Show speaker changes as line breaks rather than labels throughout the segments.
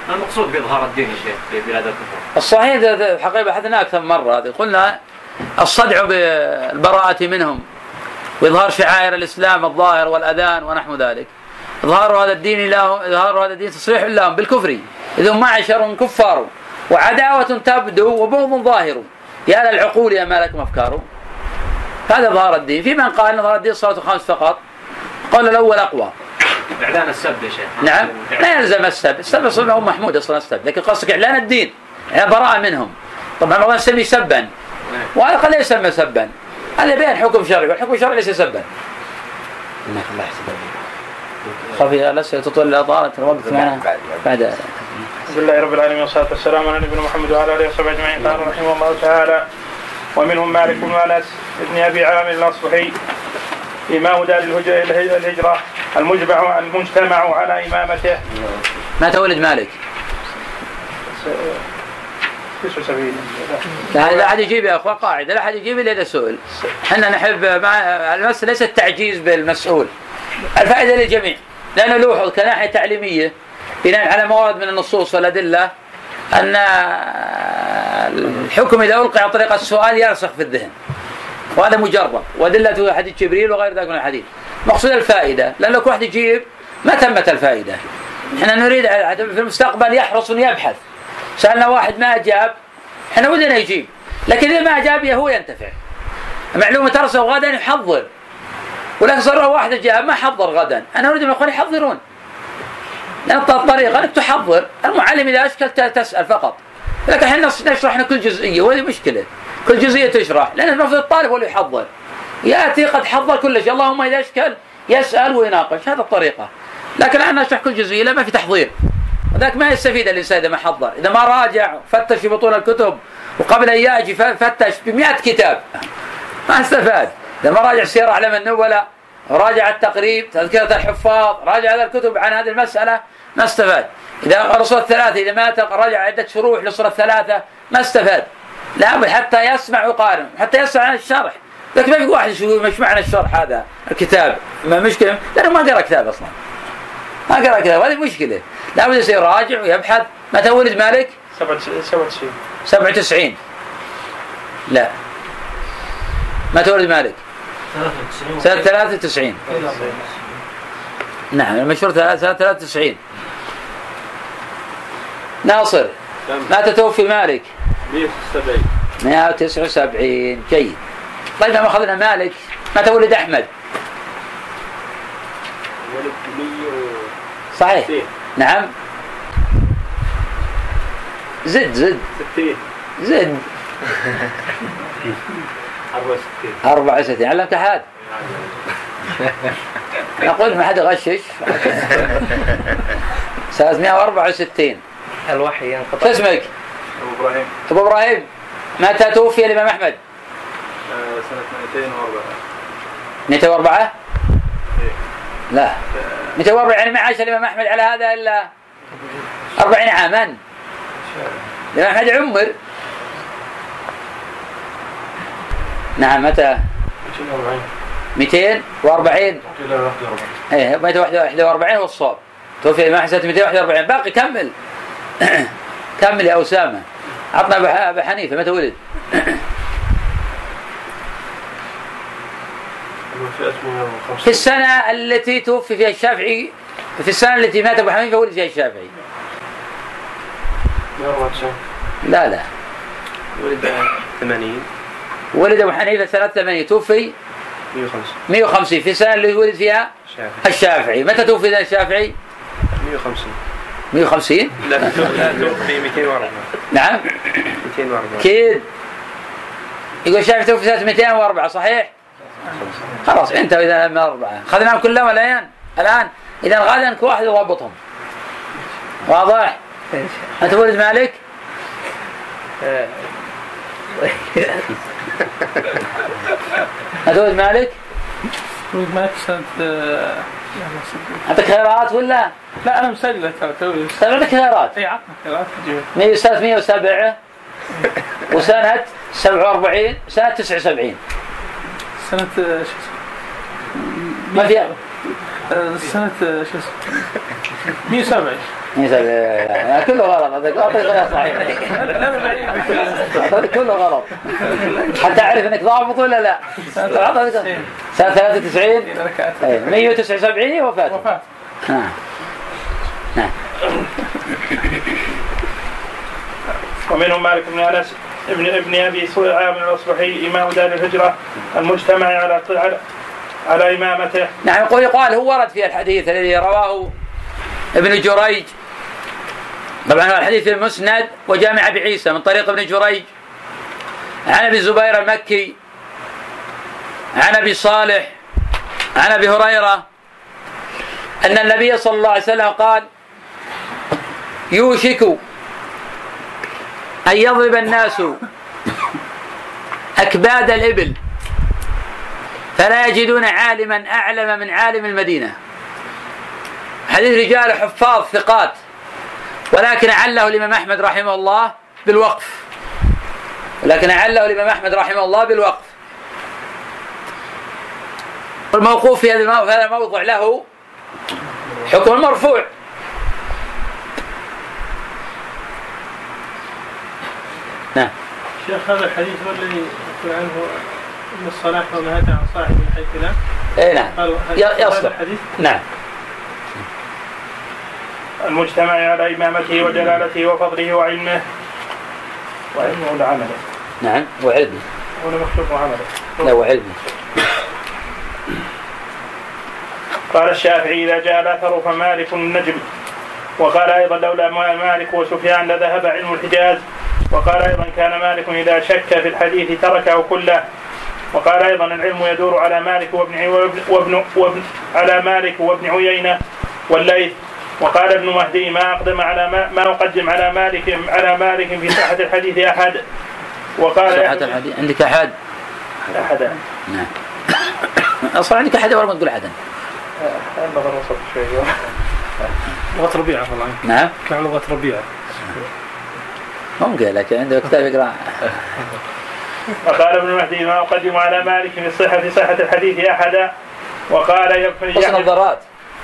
المقصود بإظهار الدين يا شيخ في بلاد الكفر؟
الصحيح حقيقة بحثنا أكثر من مرة هذه، قلنا الصدع بالبراءة منهم وإظهار شعائر الإسلام الظاهر والأذان ونحو ذلك، إظهار هذا الدين لهم، إظهار هذا الدين تصريح لهم بالكفر إذ هم معشر كفار وعداوة تبدو وبغض ظاهر يا للعقول يا ما لكم أفكار. هذا إظهار الدين. في من قال إظهار الدين صلاة 5 فقط، قال الأول أقوى.
إعلان السب يا شيخ.
نعم لا يلزم السب، السب أصلا هو محمود أصلا السب، لكن قصدك إعلان الدين يعني براءة منهم. طبعا الله يسمي سبا وهذا قد لا يسمى سبا، هذا بين حكم شرعي والحكم الشرعي ليس سبا. الله يحسن خفي الأسئلة تطول الأطارة الوقت معنا بعد.
بسم الله رب العالمين والصلاة والسلام على نبينا محمد وعلى آله وصحبه أجمعين. قال رحمه الله تعالى: ومنهم مالك بن أنس ابن أبي عامر الأصبحي إمام دار الهجرة المجتمع على إمامته.
متى ولد مالك؟
79.
لا أحد يجيب يا أخوة، قاعدة لا أحد يجيب إلا إذا سئل. حنا نحب المسألة ليس التعجيز بالمسؤول، الفائدة للجميع، لأنه نلوحظ كناحية تعليمية بناء على موارد من النصوص والأدلة أن الحكم إذا ألقي عن طريق السؤال يرسخ في الذهن، وهذا مجرد، وأدلته حديث جبريل وغير ذلك من الحديث. مقصود الفائدة، لأن لو واحد يجيب ما تمت الفائدة. احنا نريد في المستقبل يحرص يبحث. سألنا واحد ما أجاب، احنا ودنا يجيب، لكن إذا ما أجاب هو ينتفع. معلومة ترسل غدا يحضر، ولكن صار واحد أجاب ما حضر غدا، أنا أريد من الأخوان يحضرون. لأن الطريقة أنك تحضر، المعلم إذا أشكل تسأل فقط، لكن احنا نشرح كل جزئية وهذه مشكلة، كل جزئية تشرح، لأن المفروض الطالب هو اللي يحضر، يأتي قد حضر كل شيء، اللهم إذا أشكل يسأل ويناقش، هذا الطريقة. لكن الآن نشرح كل جزئية لا ما في تحضير، وذاك ما يستفيد الإنسان إذا ما حضر، إذا ما راجع فتش في بطون الكتب وقبل أن يأتي فتش ب100 كتاب ما استفاد. إذا ما راجع سير أعلام النبلاء، راجع التقريب، تذكرة الحفاظ، راجع هذا الكتب عن هذه المسألة ما استفاد. إذا الصورة الثلاثة إذا ما راجع عدة شروح للصورة الثلاثة ما استفاد. لا حتى يسمع ويقارن، حتى يسمع عن الشرح. لكن ما في واحد مش معنى الشرح هذا الكتاب، ما مشكلة لأنه ما قرأ كتاب أصلا، ما قرأ كتاب، هذه مشكلة. لا بد يصير راجع ويبحث. متى ولد مالك؟ 97. لا متى ولد مالك؟ 93. نعم المشهور 93. ناصر متى توفي مالك؟ 179. جيد. طيب ما أخذنا مالك، متى ولد أحمد؟ صحيح. نعم زد 64. علمك أحد؟ نقول ما حد يغشش. 364.
الوحي ينقطع.
اسمك؟ أبو إبراهيم. متى توفي الإمام أحمد؟
سنة 204.
204؟ لا 204 يعني ما عاش الإمام أحمد على هذا إلا 40 عاما. الإمام أحمد عمر. نعم متى؟ 240. ايه 241 هو الصواب. توفي الإمام أحمد 241. باقي كمل. كمل يا أسامة. عطنا أبو حنيفة متى ولد؟ في السنة التي توفي فيها الشافعي، في السنة التي مات أبو حنيفة ولد فيها الشافعي. لا
ولد 80.
ولد أبو حنيفة 83 توفي 150 في السنة اللي ولد فيها الشافعي. متى توفي الشافعي؟ 150.
لا توفي 204.
نعم
204
كيد. يقول الشافعي توفي سنة 204 صحيح؟ خلاص انتهوا. إذا من 4 أخذناهم كلهم الآن إذا غدا كل واحد يضبطهم. واضح؟ أنت ولد مالك؟ أنت ولد مالك؟
ولد مالك سنة
عندك خيارات ولا؟
لا أنا مسجلة توي.
عندك خيارات؟
إيه عطنا خيارات.
سنة 107 وسنة 47 سنة 79.
سنة
ما فيها
سنة 107.
كله غلط. هذا صحيح. هذا كله غلط. حتى أعرف أنك ضابط ولا لا. سنة 93 179 وفاة. نعم.
ومنهم مالك بن أنس ابن أبي عامر الأصبحي إمام دار الهجرة المجتمع على إمامته.
نعم. يقال هو ورد في الحديث الذي رواه ابن جريج، طبعا هو الحديث المسند وجامع بعيسى من طريق ابن جريج عن أبي الزبير المكي عن أبي صالح عن أبي هريرة أن النبي صلى الله عليه وسلم قال: يوشك أن يضرب الناس أكباد الإبل فلا يجدون عالما أعلم من عالم المدينة. حديث رجال حفاظ ثقات، ولكن عله الإمام أحمد رحمه الله بالوقف. والموقوف في هذا الموضع له حكم المرفوع. نعم.
شيخ، هذا الحديث هو الذي يقول عنه ابن الصلاح وما هدى عن صاحب من حيث لا.
نعم. يصلح. نعم.
المجتمع على إمامته وجلالته وفضله وعلمه وعمله.
نعم. وعلمه.
هنا مكتوب وعمله.
لا، وعلمه.
قال الشافعي: إذا جاء الأثر فمالك النجم. وقال أيضا: لولا مالك وسفيان لذهب علم الحجاز. وقال أيضا: كان مالك إذا شك في الحديث تركه كله. وقال أيضا: العلم يدور على مالك وابن عيينة والليث. وقال ابن مهدي: ما أقدم ما أقدم على مالك في صحة الحديث أحد. وقال:
صحة الحديث عندك أحد؟ نعم. أصلا عندك أحد ولا ما تقول أحدا؟
النظر وسط شوي. لغة ربيعة والله.
نعم.
كان لغة ربيعة.
ممكن، لكن عنده كتاب يقرأ.
وقال ابن مهدي: ما أقدم على مالك في صحة الحديث أحدا. وقال:
حسن الضرات.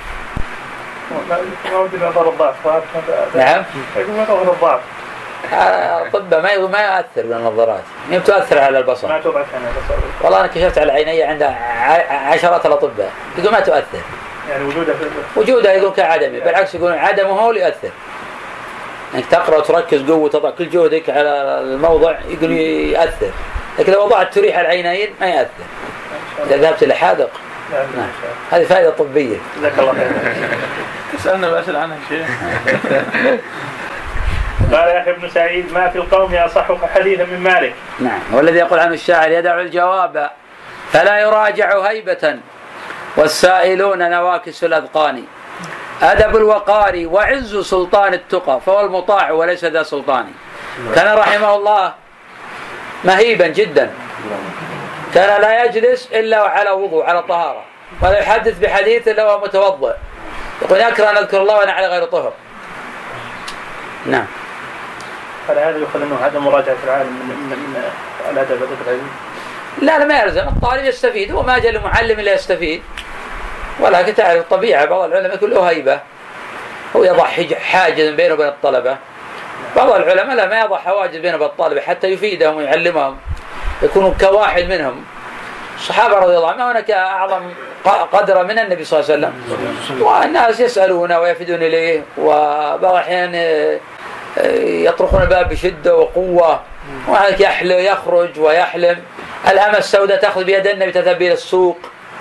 ما ودي نظر الضعف.
نعم.
يقول نظر الضعف.
طب ما يؤثر بالنظارات، ما تؤثر على البصر.
ما تضعف عن البصر.
والله أنا كشفت على عيني عند عشرات الأطباء يقول ما تؤثر.
يعني
وجودها يقول كعدمه، بالعكس يقولون عدمه هو اللي يؤثر. انك تقرأ وتركز قوة وتضع كل جهدك على الموضع يقول يؤثر، لكن لو وضعت تريح العينين ما يؤثر. إذا ذهبت إلى حاذق. نعم. هذه فائدة طبية.
جزاك الله خير. تسألنا بأسأل عنها شيء. قال يا أخي ابن سعيد: ما في القوم أصح حديثا من مالك.
نعم. والذي يقول عنه الشاعر: يدع الجواب فلا يراجع هيبة، والسائلون نواكس الأذقان. أدب الوقار وعز سلطان التقى، فهو المطاع وليس ذا سلطان. كان رحمه الله مهيبا جدا، كان لا يجلس إلا على وضوء على طهارة، ولا يحدث بحديث إلا وهو متوضئ. يقول: أكره أن أذكر الله وأنا على غير طهر. نعم.
فهذا يؤخذ أنه عدم مراجعة العالم من الأدب العلمي.
لا ما يلزم، الطالب يستفيد، وما جاء المعلم إلا يستفيد. ولكن تعرف الطبيعة، بعض العلماء يكون له هيبة، هو يضع حاجز بينه وبين الطلبة. بعض العلماء لا، ما يضع حواجز بينه وبين الطلبة حتى يفيدهم ويعلمهم، يكونوا كواحد منهم. الصحابة رضي الله عنهم هناك أعظم قدر من النبي صلى الله عليه وسلم، والناس يسألون ويفدون إليه، وبعض الأحيان يطرقون الباب بشدة وقوة، وهناك يخرج ويحلم. الأمة السوداء تأخذ بيد النبي تذهب إلى السوق.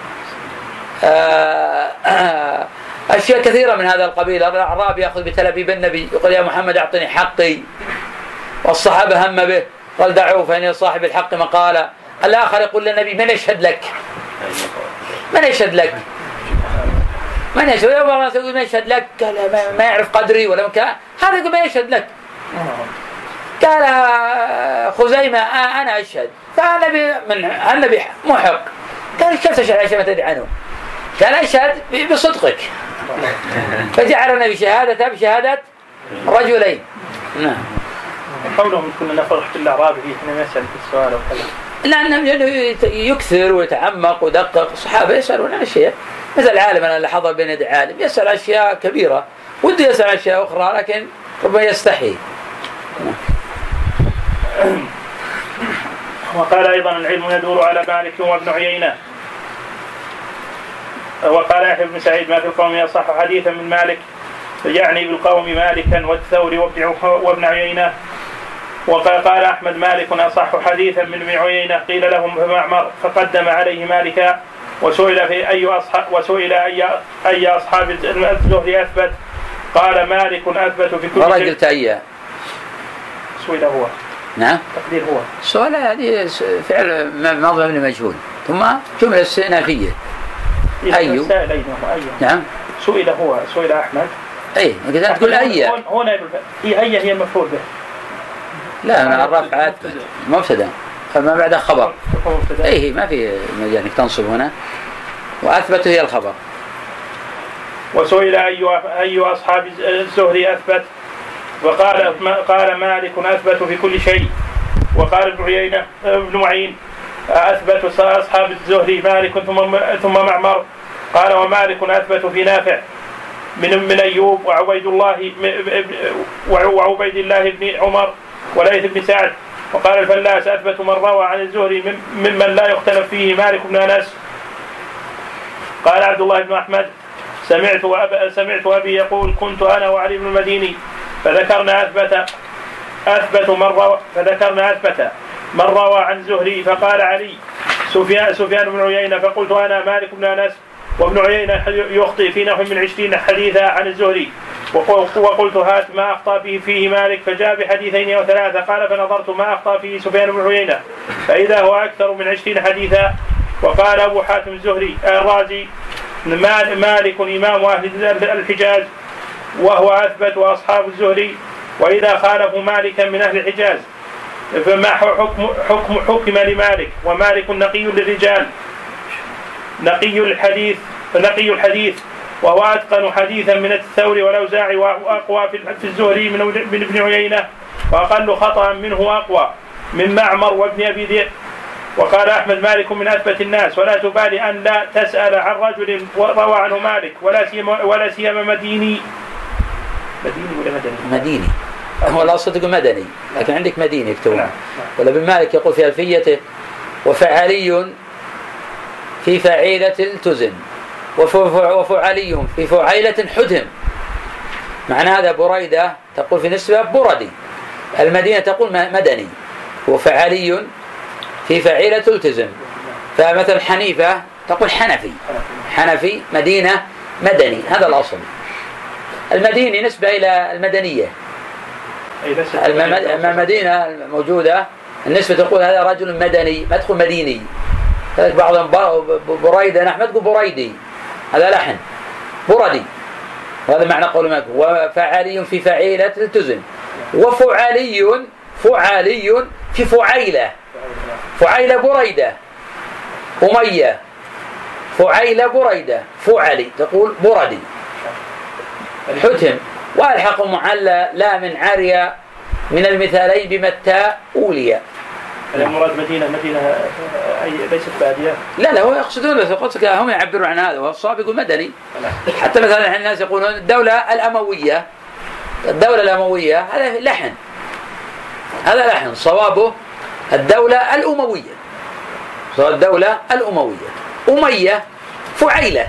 أشياء كثيرة من هذا القبيل. الأعرابي يأخذ بتلابيب النبي، يقول: يا محمد أعطني حقي. والصحابة هم به، قال: دعوه فإن صاحب الحق مقالة. الآخر يقول للنبي: من يشهد لك؟ من يشهد لك؟ من يشهد؟ يوم الله يقول: من يشهد لك؟ قال: ما يعرف قدري ولا مكان. هذا يقول: ما يشهد لك. قال خزيمة: أنا أشهد. فالنبي محق. قال: كيف تشهد على شيء ما تدري عنه؟ قال: أشهد بصدقك. فجعل النبي شهادته بشهادة رجلين. نعم.
قولهم كنا نفرح بالأعرابي حين يسأل في السؤال وكذا.
لأنه يكثر ويتعمق ويدقق. الصحابة يسألون عن أشياء، مثل العالم اللي حضر بين يدي عالم يسأل أشياء كبيرة، ودي يسأل أشياء أخرى لكن ربما يستحي.
وقال أيضا العلم يدور على مالك وابن عيينة. وقال يحيى بن سعيد ما في القوم يصح حديثا من مالك، يعني بالقوم مالكا والثوري وابن عيينة. وقال أحمد مالك أصح حديثا من ابن عيينة. قيل لهم معمر فقدم عليه مالكا، وسئل أي أصحاب الزهد أثبت، قال مالك أثبت في كل شيء.
قلت أي
سئل هو.
نعم.
تقدير هو.
السؤال هذه فعل مضمن لمجهول ثم جملة استئنافية. أي. نعم.
سئل هو، سئل أحمد.
أي إذا تقول أي.
هنا هي المفعول به.
لا أنا الرفع أثبت مبتدأ فما بعد خبر. أي ما في مجال إنك تنصب هنا، وأثبت هي الخبر.
وسئل أي أصحاب الزهري أثبت، وقال مالك أثبت في كل شيء. وقال ابن معين أثبت أصحاب الزهري مالك ثم معمر. قال ومالك أثبت في نافع من أيوب وعبيد الله بن عمر وليث بن سعد. وقال الفلاس أثبت من روى عن الزهري ممن لا يختلف فيه مالك بن أنس. قال عبد الله بن أحمد سمعت أبي يقول كنت أنا وعلي بن المديني فذكرنا أثبت من روى عن الزهري، فقال علي سفيان بن عيينة، فقلت أنا مالك بن أنس، وابن عيينة يخطئ في نحو من 20 حديثا عن الزهري، وقلت هات ما أخطأ فيه مالك، فجاء بحديثين أو ثلاثة. قال فنظرت ما أخطأ فيه سفيان بن عيينة فإذا هو أكثر من 20 حديثا. وقال أبو حاتم الزهري الرازي مالك إمام أهل الحجاز وهو أثبت أصحاب الزهري، وإذا خالفوا مالكا من أهل الحجاز فما حكم لمالك، ومالك نقي للرجال نقي الحديث وهو أتقن حديثا من الثوري والأوزاعي، وأقوى في الزهري من ابن عيينة، وأقل خطأ منه أقوى من معمر وابن أبي ذئب. وقال أحمد مالك من أثبت الناس، ولا تبالي أن لا تسأل عن رجل روى عنه مالك ولا سيما مديني ولا
مديني. هو الأصل تقول مدني لكن عندك مديني يكتبون. ولا بن مالك يقول في ألفيته وفعلي في فعيلة التزم وفعلي في فعيلة حدهم. معنى هذا بريدة تقول في نسبة بردي، المدينة تقول مدني، وفعلي في فعيلة التزم. فمثل حنيفة تقول حنفي مدينة مدني، هذا الأصل. المدينة نسبة إلى المدنية. المدينة الموجودة النسبة تقول هذا رجل مدني، ما تقول مديني. بعضهم بريدة نحن ما تقول بريدي، هذا لحن بردي، وهذا معنى قول مالك. وفعلي في فعيلة التزم، وفعلي في فعيلة بريدة أمية، فعيلة بريدة فعلي تقول بردي حتم. والحق معلى لا من عريا من المثالين بمتى أوليا.
المراد مدينة أي ليست بادية.
لا هو يقصدون هم يعبرون عن هذا، والصواب يقول مدني. حتى مثلا الناس يقولون الدولة الأموية هذا لحن، صوابه الدولة الأموية أمية فعيلة.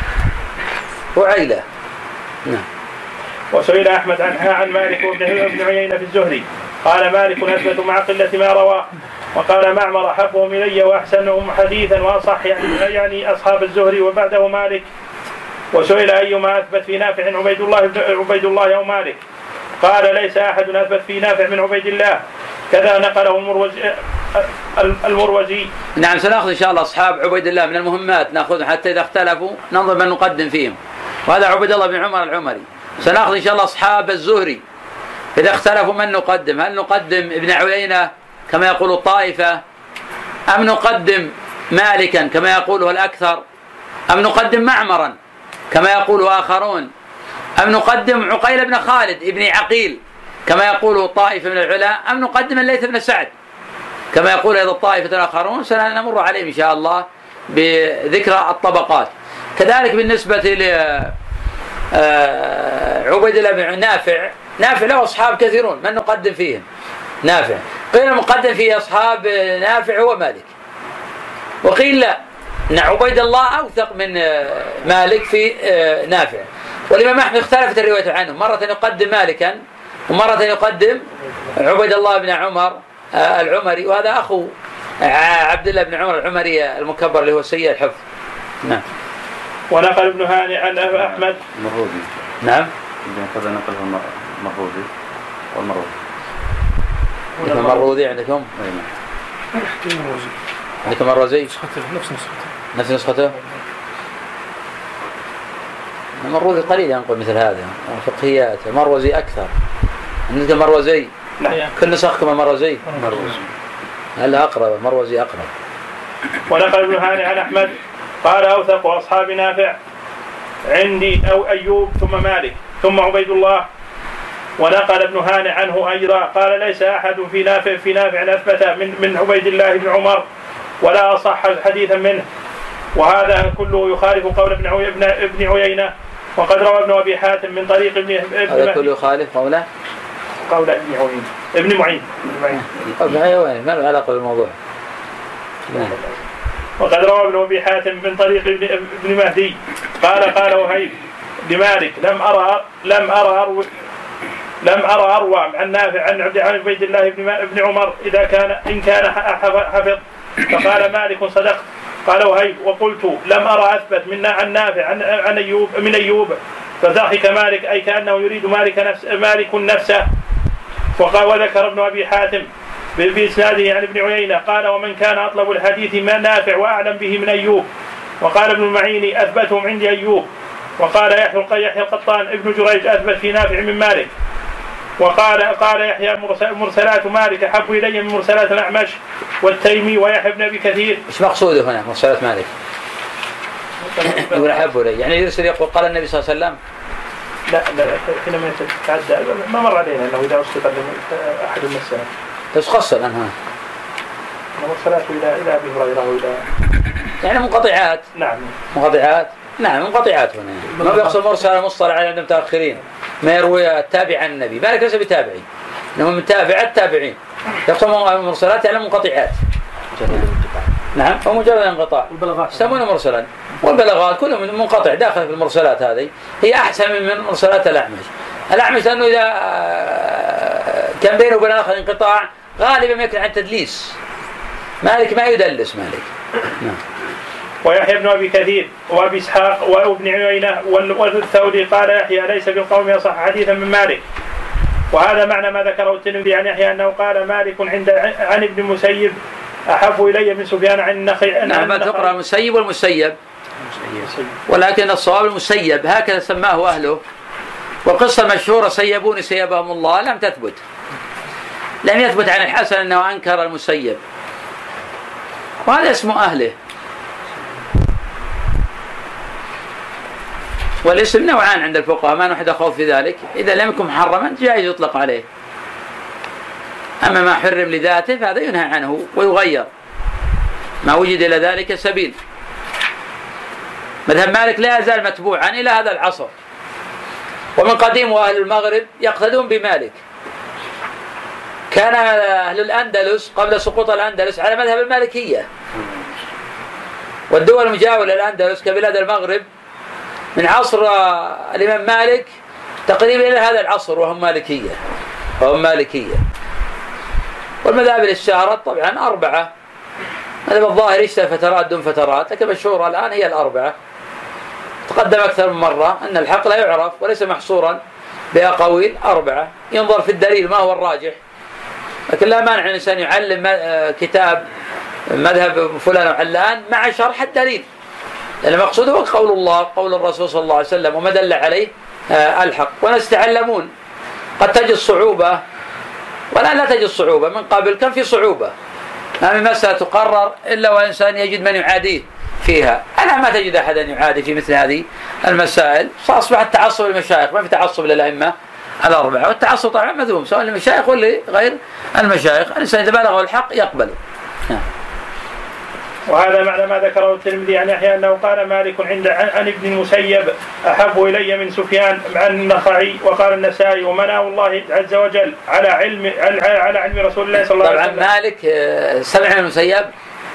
نعم.
وسئل أحمد عن مالك وابن عيينة في الزهري، قال مالك أثبت مع قلة ما روى. وقال معمر أحبهم إلي وأحسنهم حديثا وأصح يعني أصحاب الزهري وبعده مالك. وسئل أيما أثبت في نافع عبيد الله أو مالك، قال ليس أحد أثبت في نافع من عبيد الله، كذا نقله المروزي.
نعم سنأخذ إن شاء الله أصحاب عبيد الله من المهمات، نأخذ حتى إذا اختلفوا ننظر من نقدم فيهم، وهذا عبيد الله بن عمر العمري. سنأخذ إن شاء الله أصحاب الزهري إذا اختلفوا من نقدم، هل نقدم ابن عيينة كما يقول الطائفة، أم نقدم مالكا كما يقوله الأكثر، أم نقدم معمرا كما يقول آخرون، أم نقدم عقيل بن خالد ابن عقيل كما يقوله الطائفة من العلماء، أم نقدم الليث بن سعد كما يقول أيضا الطائفة الآخرون. سنمر عليهم إن شاء الله بذكر الطبقات. كذلك بالنسبة عبيد الله بن نافع له أصحاب كثيرون، من نقدم فيهم؟ نافع. قيل المقدم في أصحاب نافع هو مالك، وقيل لا، أن عبيد الله أوثق من مالك في نافع. والإمام أحمد اختلفت الرواية عنه، مرة يقدم مالكا ومرة يقدم عبيد الله بن عمر العمري، وهذا أخو عبد الله بن عمر العمري المكبر اللي هو سيء الحفظ. نعم.
ونقل ابن هاني عن أحمد
المروزي.
نعم.
كذا نقله المروزي والمروزي.
المروزي عندكم؟ عندكم المروزي؟ نفس نسخته. المروزي قليل ينقل مثل هذا، فقهيات. المروزي أكثر. عندكم المروزي؟ كل نسخكم المروزي؟ هلا أقرب، المروزي أقرب.
ونقل ابن هاني عن أحمد قال أوثق أصحاب نافع عندي أو أيوب ثم مالك ثم عبيد الله. ونقل ابن هاني عنه أيضا قال ليس أحد في نافع أثبت من عبيد الله بن عمر ولا أصح حديثا منه، وهذا كله يخالف قول ابن عيينة. وقد روى ابن أبي حاتم من طريق
هذا كله يخالف قوله
قول ابن معين.
ما له علاقة بالموضوع.
وقد روى ابن أبي حاتم من طريق ابن مهدي قال وهيب لمالك لم أرى أروى عن نافع عن عبيد الله بن عمر إن كان حفظ. فقال مالك صدقت. قال وهيب وقلت لم أرى أثبت عن نافع عن أيوب فضحك مالك أي كأنه يريد مالك نفسه. وذكر ابن أبي حاتم بإسناده عن ابن عيينة قال ومن كان أطلب الحديث ما نافع وأعلم به من أيوب. وقال ابن المعين أثبتهم عندي أيوب. وقال يحيى القطان ابن جريج أثبت في نافع من مالك. وقال يحيى مرسلات مالك أحب إلي من مرسلات الأعمش والتيمي ويحيى بن أبي كثير.
إيش مقصوده هنا مرسلات مالك؟ يقول أحب إلي يعني يرسل يقول قال النبي صلى الله عليه وسلم.
لا حينما يتعدى ما مر علينا أنه إذا أسقط أحد المسألة
بس خص الآن
مرسلات إلى أبي هريرة وإلى
يعني منقطعات.
نعم
منقطعات هنا. ما بيقصد مرسل مصطلح عند المتأخرين ما يروي التابع عن النبي. مالك ليس بتابعي إنه من تابع التابعين. يقصد مرسلات يعني منقطعات. نعم ومجرد انقطاع يسمونه مرسلا. والبلاغات كلهم منقطع داخل في المرسلات. هذه هي أحسن من مرسلات الأعمش لأنه إذا كان بينه وبين الآخر انقطاع غالبا يكون عن تدليس. مالك ما يدلس مالك. نعم.
ويحيى بن أبي كثير وأبي إسحاق وابن عيينة والثوري قال يحيى ليس بالقوم يصح حديثا من مالك. وهذا معنى ما ذكره الترمذي عن يحيى أنه قال مالك عن ابن المسيب أحب إلي من سفيان عن النخعي.
نعم تقرأ المسيب والمسيب ولكن الصواب المسيب هكذا سماه أهله. والقصة المشهورة سيبوني سيبهم الله لم يثبت عن الحسن أنه أنكر المسيب، وهذا اسم أهله. والاسم نوعان عند الفقهاء ما نحد خوف في ذلك. إذا لم يكن محرما جائز يطلق عليه، أما ما حرم لذاته فهذا ينهى عنه ويغير ما وجد إلى ذلك سبيل. مذهب مالك لا يزال متبوعا إلى هذا العصر، ومن قديم وأهل المغرب يقتدون بمالك. كان أهل الأندلس قبل سقوط الأندلس على مذهب المالكية، والدول المجاورة للأندلس كبلاد المغرب من عصر الإمام مالك تقريبا إلى هذا العصر وهم مالكية. والمذاهب اللي اشتهرت طبعا 4. مذهب الظاهر يشتهر فترات دون فترات، لكن مشهورة الآن هي 4. تقدم أكثر من مرة أن الحق لا يعرف وليس محصورا بأقاويل 4. ينظر في الدليل ما هو الراجح، لكن لا مانع الإنسان يعلم كتاب مذهب فلان وعلان مع شرح الدليل، لأن المقصود هو قول الله قول الرسول صلى الله عليه وسلم وما دل عليه الحق. وناس يتعلمون قد تجد صعوبة ولا لا تجد صعوبة. من قبل كان في صعوبة، ما من مسألة تقرر إلا وإنسان يجد من يعاديه فيها. أنا ما تجد أحدا يعادي في مثل هذه المسائل. فأصبح التعصب للمشايخ، ما في تعصب للأئمة 4. والتعصب طبعا مذموم سواء للمشايخ ولا غير المشايخ. الإنسان إذا بلغه الحق يقبله.
ويحيى بن أبي كثير وأبي إسحاق وابن عيينة وأثبت في نافع من مالك. وقال يحيى مرسلات مالك أحب إلي من سفيان عن النخعي.
الإنسان إذا بلغه الحق يقبله.
وهذا معنى ما ذكره الترمذي عن يحيى أنه قال مالك عن ابن المسيب أحب إلي من سفيان عن النخعي. وقال النسائي ومناه الله عز وجل على علم رسول الله صلى الله عليه وسلم.
طبعا مالك سمع من المسيب،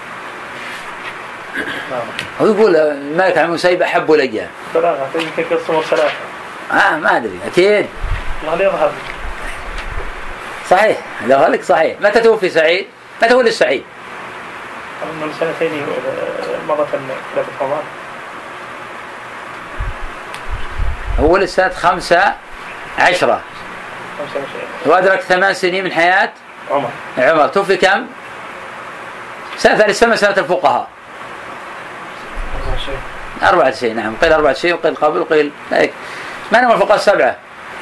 هو يقول مالك عن المسيب أحب إلي
ثلاثة يمكن قسم الثلاثة
ما أدري أكيد
الله يظهر
صحيح. لو لك صحيح. متى توفي سعيد؟ متى ولد سعيد؟
من سنتين مضت كتابة رمضان.
هو ولد سنة 15 وأدرك 8 سنين من حياة عمر. توفي كم؟ سنة الإسلام سنة الفقهاء 94. نعم قيل 94 وقيل قبل وقيل هيك. من هم الفقهاء السبعة؟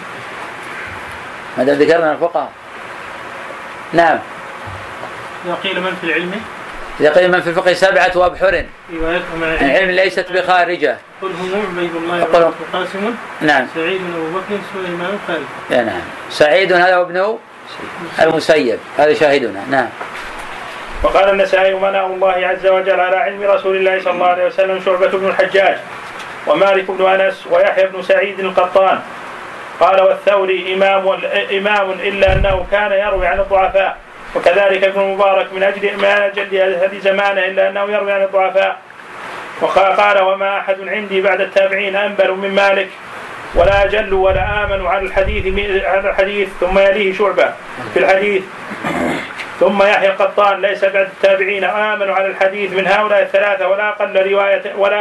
ماذا ذكرنا الفقهاء؟ نعم.
إذا قيل من في العلم،
إذا قيل من في الفقه 7 أبحر العلم ليست بخارجة.
قل هم عبيد الله وقاسم.
نعم.
سعيد أبو بكر سليمان خالد.
نعم. سعيد هذا ابن المسيب هذا شاهدنا. نعم.
وقال النسائي مناه الله عز وجل على علم رسول الله صلى الله عليه وسلم شعبة بن الحجاج ومالك بن أنس ويحيى بن سعيد القطان. قال والثوري إمام إلا أنه كان يروي عن الضعفاء، وكذلك ابن المبارك من أجل هذه زمانه إلا أنه يروي عن الضعفاء. وقال وما أحد عندي بعد التابعين أنبل من مالك ولا أجل ولا آمن على الحديث ثم يليه شعبة في الحديث ثم يحيى القطان ليس بعد التابعين آمن على الحديث من هؤلاء الثلاثة ولا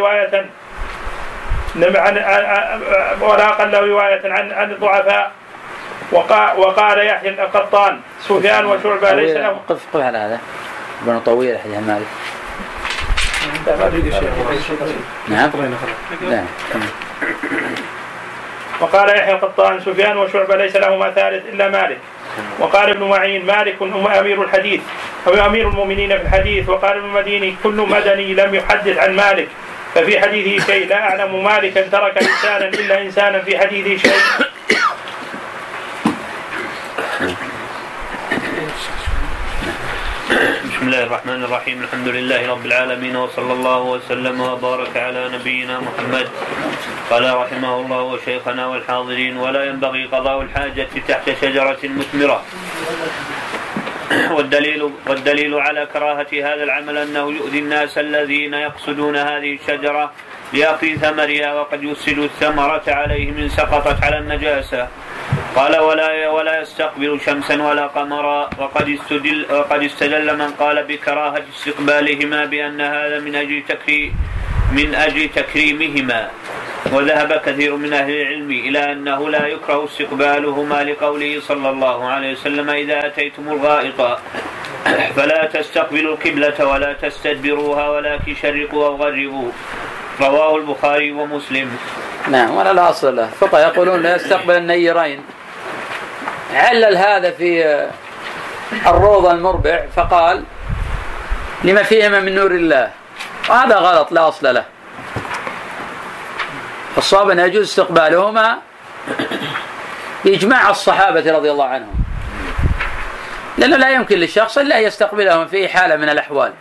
أقل رواية عن الضعفاء. وقال يحيى القطان سفيان وشعبة ليس له.
قف على هذا ابن طويل حديث مالك. نعم.
وقال يحيى القطان سفيان وشعبة ليس لهما ثالث إلا مالك. وقال ابن معين مالك أمير الحديث أو أمير المؤمنين في الحديث. وقال ابن المديني كل مدني لم يحدث عن مالك ففي حديثه شيء. لا أعلم مالكا ترك إنسانا إلا إنسانا في حديثه شيء.
بسم الله الرحمن الرحيم. الحمد لله رب العالمين وصلى الله وسلم وبارك على نبينا محمد. قال رحمه الله وشيخنا والحاضرين ولا ينبغي قضاء الحاجة تحت شجرة مثمرة. والدليل على كراهة هذا العمل أنه يؤذي الناس الذين يقصدون هذه الشجرة لأكل ثمرها وقد يفسد الثمرة عليهم إن سقطت على النجاسة. قال ولا يستقبل شمسا ولا قمرا. وقد استدل من قال بكراهة استقبالهما بأن هذا من أجل تكريمهما. وذهب كثير من أهل العلم إلى أنه لا يكره استقبالهما لقوله صلى الله عليه وسلم إذا أتيتم الغائط فلا تستقبلوا القبلة ولا تستدبروها ولكن شرقوا أو غربوا. رواه البخاري ومسلم.
نعم. ولا لا أصل له. فقه يقولون لا يستقبل النيرين. علل هذا في الروضة المربع فقال لما فيهما من نور الله، وهذا غلط لا أصل له. الصواب أن يجوز استقبالهما بإجماع الصحابة رضي الله عنهم، لأنه لا يمكن للشخص إلا أن يستقبلهم في حالة من الأحوال.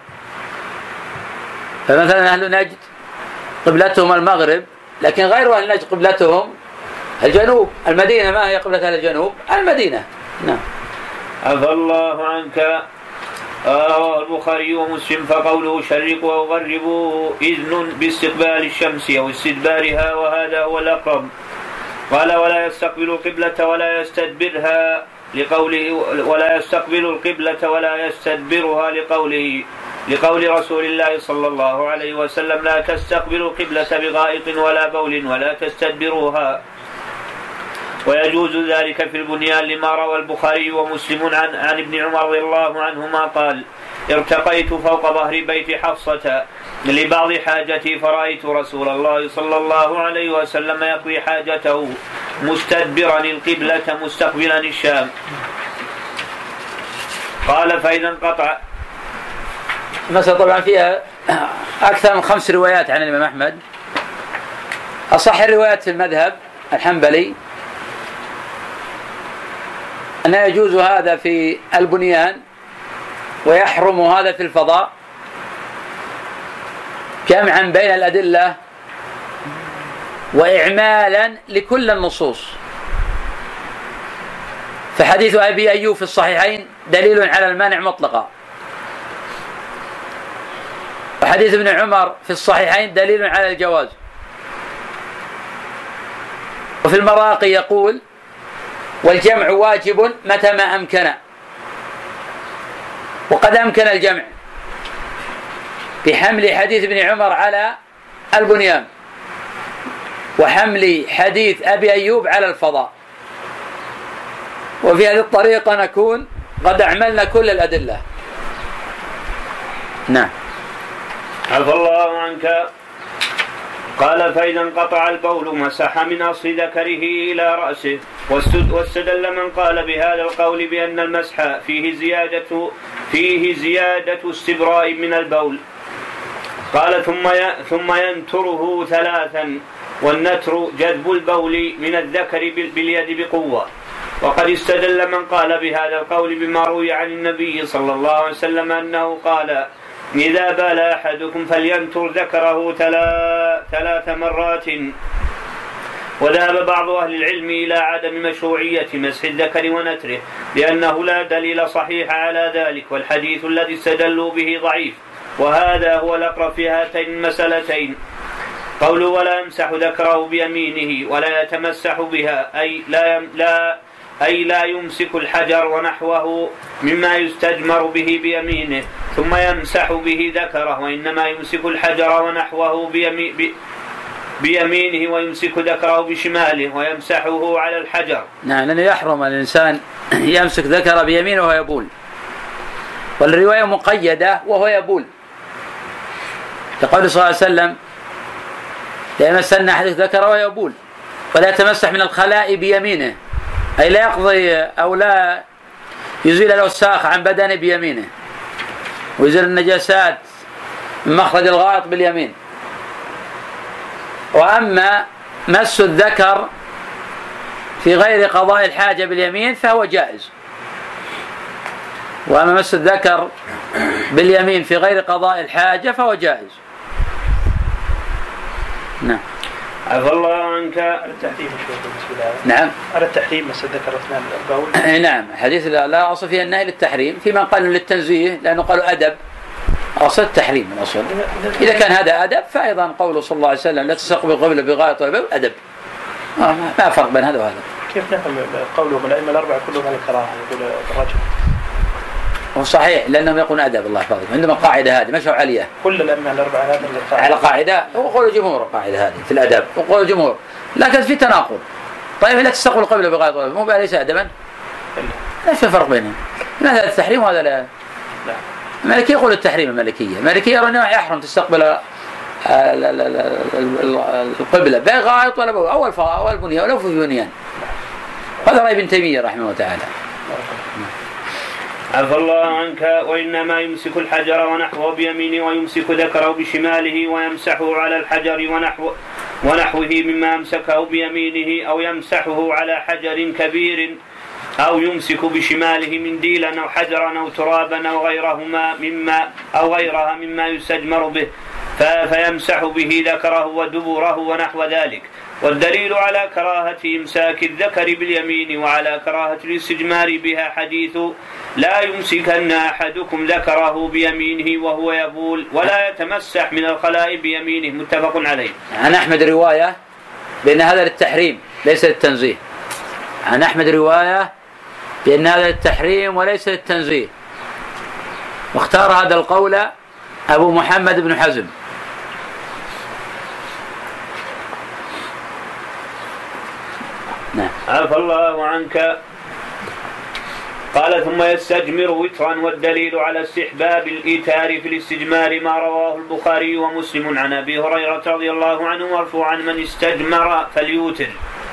فمثلا أهل نجد قبلتهم المغرب، لكن غير أهل نجد قبلتهم الجنوب. المدينة ما هي قبلة أهل الجنوب؟ المدينة. نعم.
عفى الله عنك. رواه البخاري ومسلم. فقوله شرقوا أو غربوا إذن باستقبال الشمس أو استدبارها، وهذا هو الأقرب. قال ولا يستقبل القبلة ولا يستدبرها لقوله ولا يستقبل القبلة ولا يستدبرها لقول رسول الله صلى الله عليه وسلم لا تستقبل القبلة بغائط ولا بول ولا تستدبروها. ويجوز ذلك في البنيان لما روى البخاري ومسلم عن ابن عمر رضي الله عنهما قال ارتقيت فوق ظهر بيت حفصة لبعض حاجتي فرأيت رسول الله صلى الله عليه وسلم يقضي حاجته مستدبرا القبلة مستقبلا الشام. قال فإذا انقطع.
المسألة طبعا فيها أكثر من 5 روايات عن الإمام أحمد. أصح الروايات في المذهب الحنبلي أن يجوز هذا في البنيان ويحرم هذا في الفضاء جمعا بين الأدلة وإعمالا لكل النصوص. فحديث أبي أيوب في الصحيحين دليل على المانع مطلقا، وحديث ابن عمر في الصحيحين دليل على الجواز. وفي المراقي يقول: والجمع واجب متى ما أمكن، وقد أمكن الجمع بحمل حديث ابن عمر على البنيان، وحمل حديث أبي أيوب على الفضاء. وفي هذه الطريقة نكون قد أعملنا كل الأدلة. نعم.
عفى الله عنك. قال: فإذا انقطع البول مسح من أصل ذكره إلى رأسه. واستدل من قال بهذا القول بأن المسح فيه زيادة استبراء من البول. قال: ثم ينتره ثلاثا، والنتر جذب البول من الذكر باليد بقوة. وقد استدل من قال بهذا القول بما روي عن النبي صلى الله عليه وسلم أنه قال: إذا بال أحدكم فلينتر ذكره 3 مرات. وذهب بعض أهل العلم إلى عدم مشروعية مسح الذكر ونتره، لأنه لا دليل صحيح على ذلك، والحديث الذي استدلوا به ضعيف. وهذا هو الأقرب في هاتين المسألتين. قوله: ولا يمسح ذكره بيمينه ولا يتمسح بها، أي لا يمسك الحجر ونحوه مما يستجمر به بيمينه ثم يمسح به ذكره، وإنما يمسك الحجر ونحوه بيمينه ويمسك ذكره بشماله ويمسحه على الحجر.
نعم، لأنه يحرم الإنسان يمسك ذكره بيمينه وهو يبول، والرواية مقيدة وهو يبول، كقول صلى الله عليه وسلم: لا يمسن أحدكم ذكره وهو يبول، ولا يتمسح من الخلاء بيمينه، أي لا يقضي أو لا يزيل الأوساخ عن بدنه بيمينه، ويزيل النجاسات من مخرج الغائط باليمين. وأما مس الذكر في غير قضاء الحاجة باليمين فهو جائز. وأما مس الذكر باليمين في غير قضاء الحاجة فهو جائز. نعم.
عفى الله عنك.
على التحريم بالنسبة لهذا.
نعم.
على التحريم مس الذكر أثناء البول.
نعم، حديث لا أصل فيه النهي للتحريم، في من قالوا للتنزيه لأنه قالوا أدب، أصل التحريم من أصل. إذا كان هذا أدب فأيضا قوله صلى الله عليه وسلم: لا تستقبل القبلة بغائط ولا بول، أدب. ما فرق بين هذا وهذا.
كيف نفهم قولهم الأئمة الأربعة كلهم على الكراهة يقول الرجل؟
هو صحيح، لأنهم يقولون أدب. الله يحفظك، عندما القاعدة هذه مشوا عليها
كل الأئمة الأربعة هذا
على قاعدة، وقول الجمهور القاعدة هذه في الأدب، وقول الجمهور، لكن في تناقض. طيب لا تستقبل القبلة بغائط ولا بول، مو ليس أدبا؟ ايش في فرق بينهم؟ هذا التحريم وهذا لا. المالكية يقول التحريم، المالكية يرون أنه يحرم تستقبل القبلة بغائط ولا بول، أول بنيان ولو في بنيان. هذا رأي ابن تيمية رحمه الله تعالى.
عفى الله عنك. وإنما يمسك الحجر ونحوه بيمينه ويمسك ذكره بشماله ويمسحه على الحجر ونحوه مما أمسكه بيمينه، أو يمسحه على حجر كبير، أو يمسك بشماله منديلا أو حجرا أو ترابا أو غيرها مما يستجمر به، فيمسح به ذكره ودبره ونحو ذلك. والدليل على كراهة إمساك الذكر باليمين وعلى كراهة الاستجمار بها حديث: لا يمسكن أحدكم ذكره بيمينه وهو يبول ولا يتمسح من الخلاء بيمينه، متفق عليه.
عن أحمد رواية بأن هذا للتحريم ليس للتنزيه. عن أحمد رواية بأن هذا للتحريم وليس للتنزيه، واختار هذا القول أبو محمد بن حزم.
نعم. عفى الله عنك. قال: ثم يستجمر وترا. والدليل على استحباب الإيتار في الاستجمار ما رواه البخاري ومسلم عن أبي هريرة رضي الله عنه مرفوعا: من استجمر فليوتر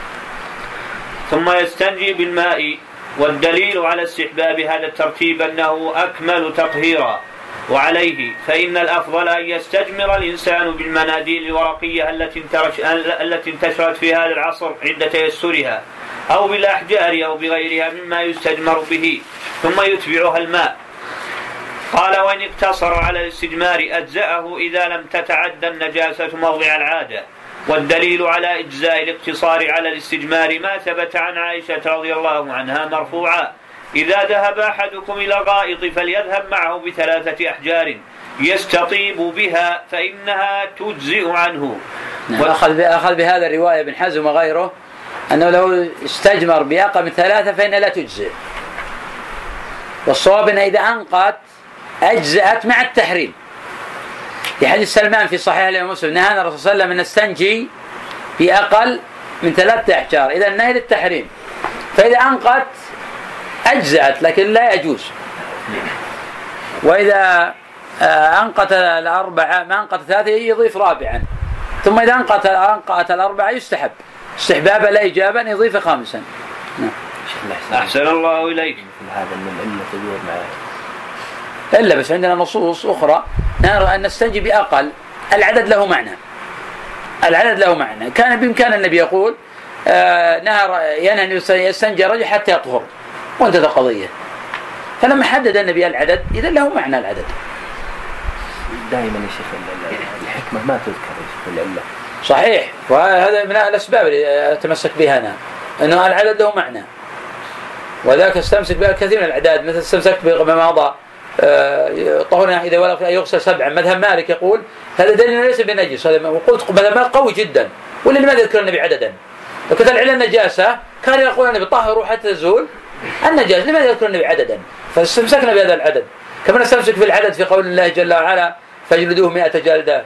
ثم يستنجي بالماء. والدليل على استحباب هذا الترتيب أنه أكمل تطهيرا، وعليه فإن الأفضل أن يستجمر الإنسان بالمناديل الورقية التي انتشرت في هذا العصر عند تيسرها، أو بالأحجار أو بغيرها مما يستجمر به، ثم يتبعها الماء. قال وإن اقتصر على الاستجمار أجزأه إذا لم تتعدى النجاسة موضع العادة. والدليل على إجزاء الاقتصار على الاستجمار ما ثبت عن عائشة رضي الله عنها مرفوعا: إذا ذهب أحدكم إلى غائط فليذهب معه ب3 أحجار يستطيب بها فإنها تجزئ عنه.
أخذ بهذا الرواية ابن حزم وغيره أنه لو استجمر بأقل من 3 فإن لا تجزئ، والصواب أنه إذا أنقت أجزأت مع التحريم، لحديث سلمان في صحيح الإمام مسلم نهانا الرسول صلى الله عليه وسلم أن نستنجي بأقل من 3 أحجار، إذا النهي للتحريم، فإذا أنقت أجزأت لكن لا يجوز. وإذا أنقت 4 ما أنقت 3 يضيف رابعا، ثم إذا أنقت 4 يستحب استحبابا لا إيجابا يضيف 5.
أحسن الله إليك.
هذا من العلة تدور معه
إلا بس عندنا نصوص أخرى نرى أن نستنجي بأقل، العدد له معنى، العدد له معنى. كان بإمكان النبي يقول ينهى أن يستنجي الرجل حتى يطهر وانتهت القضية، فلما حدد النبي العدد إذا له معنى العدد.
دائما يا شيخ الحكمة ما تذكر في العلة.
صحيح، وهذا من الأسباب اللي أتمسك بها أنا، أنه العدد له معنى، وذاك استمسك بها كثير من الأعداد، مثل استمسكت بما مضى طهرنا إذا ولغ في أن يغسل 7. مذهب مالك يقول هذا دليل ليس بنجس، وقلت مذهب مالك قوي جدا، ولا لماذا يذكر النبي عددا؟ لو كانت العلة النجاسة كان يقول النبي طهروا حتى تزول النجاسة، لماذا يذكر النبي عددا؟ فاستمسكنا بهذا العدد، كما نستمسك في العدد في قول الله جل وعلا فاجلدوه 100 جلدة،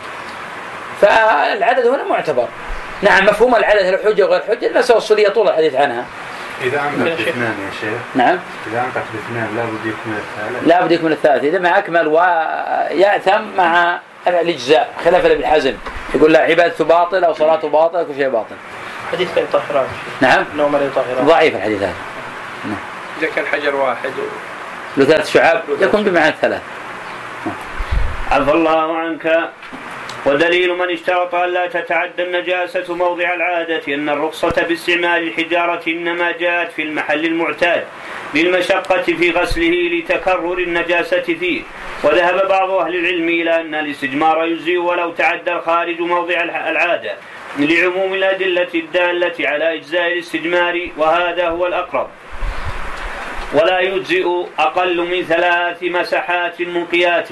فالعدد هنا معتبر. نعم مفهوم العدد هل حجة وغير حجة، المسألة الصلية طول الحديث عنها.
إذا أنقت ب2 يا شيخ.
نعم.
إذا أنقت ب2 لا بد يكمل الثالث.
لا بد يكمل الثالث، إذا ما أكمل ويأثم مع الإجزاء، خلافا لابن حزم يقول لا عبادته باطل أو صلاته باطل كل شيء باطل.
حديث لا يطهران.
نعم.
نوم لا يطهران.
ضعيف الحديث هذا.
إذا كان حجر واحد
له 3 شعاب يكون بمعنى 3.
عفى الله عنك. ودليل من اشترط أن لا تتعدى النجاسة موضع العادة أن الرخصة باستعمال الحجارة إنما جاءت في المحل المعتاد للمشقة في غسله لتكرر النجاسة فيه. وذهب بعض أهل العلم إلى أن الاستجمار يجزئ ولو تعدى الخارج موضع العادة لعموم الأدلة الدالة على إجزاء الاستجمار، وهذا هو الأقرب. ولا يجزئ أقل من 3 مسحات منقيات.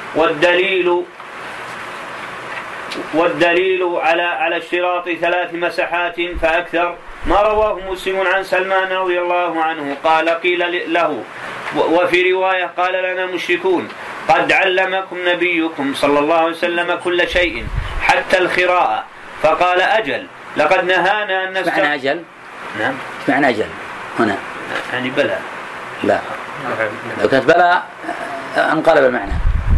والدليل على اشتراط 3 مسحات فأكثر ما رواه مسلم عن سلمان رضي الله عنه قال قيل له وفي رواية قال لنا المشركون قد علمكم نبيكم صلى الله عليه وسلم كل شيء حتى الخراءة، فقال أجل لقد نهانا أن نستقبل.
معنى أجل؟
نعم.
معنى أجل هنا
يعني بلى.
لا لو كانت بلى انقلب المعنى،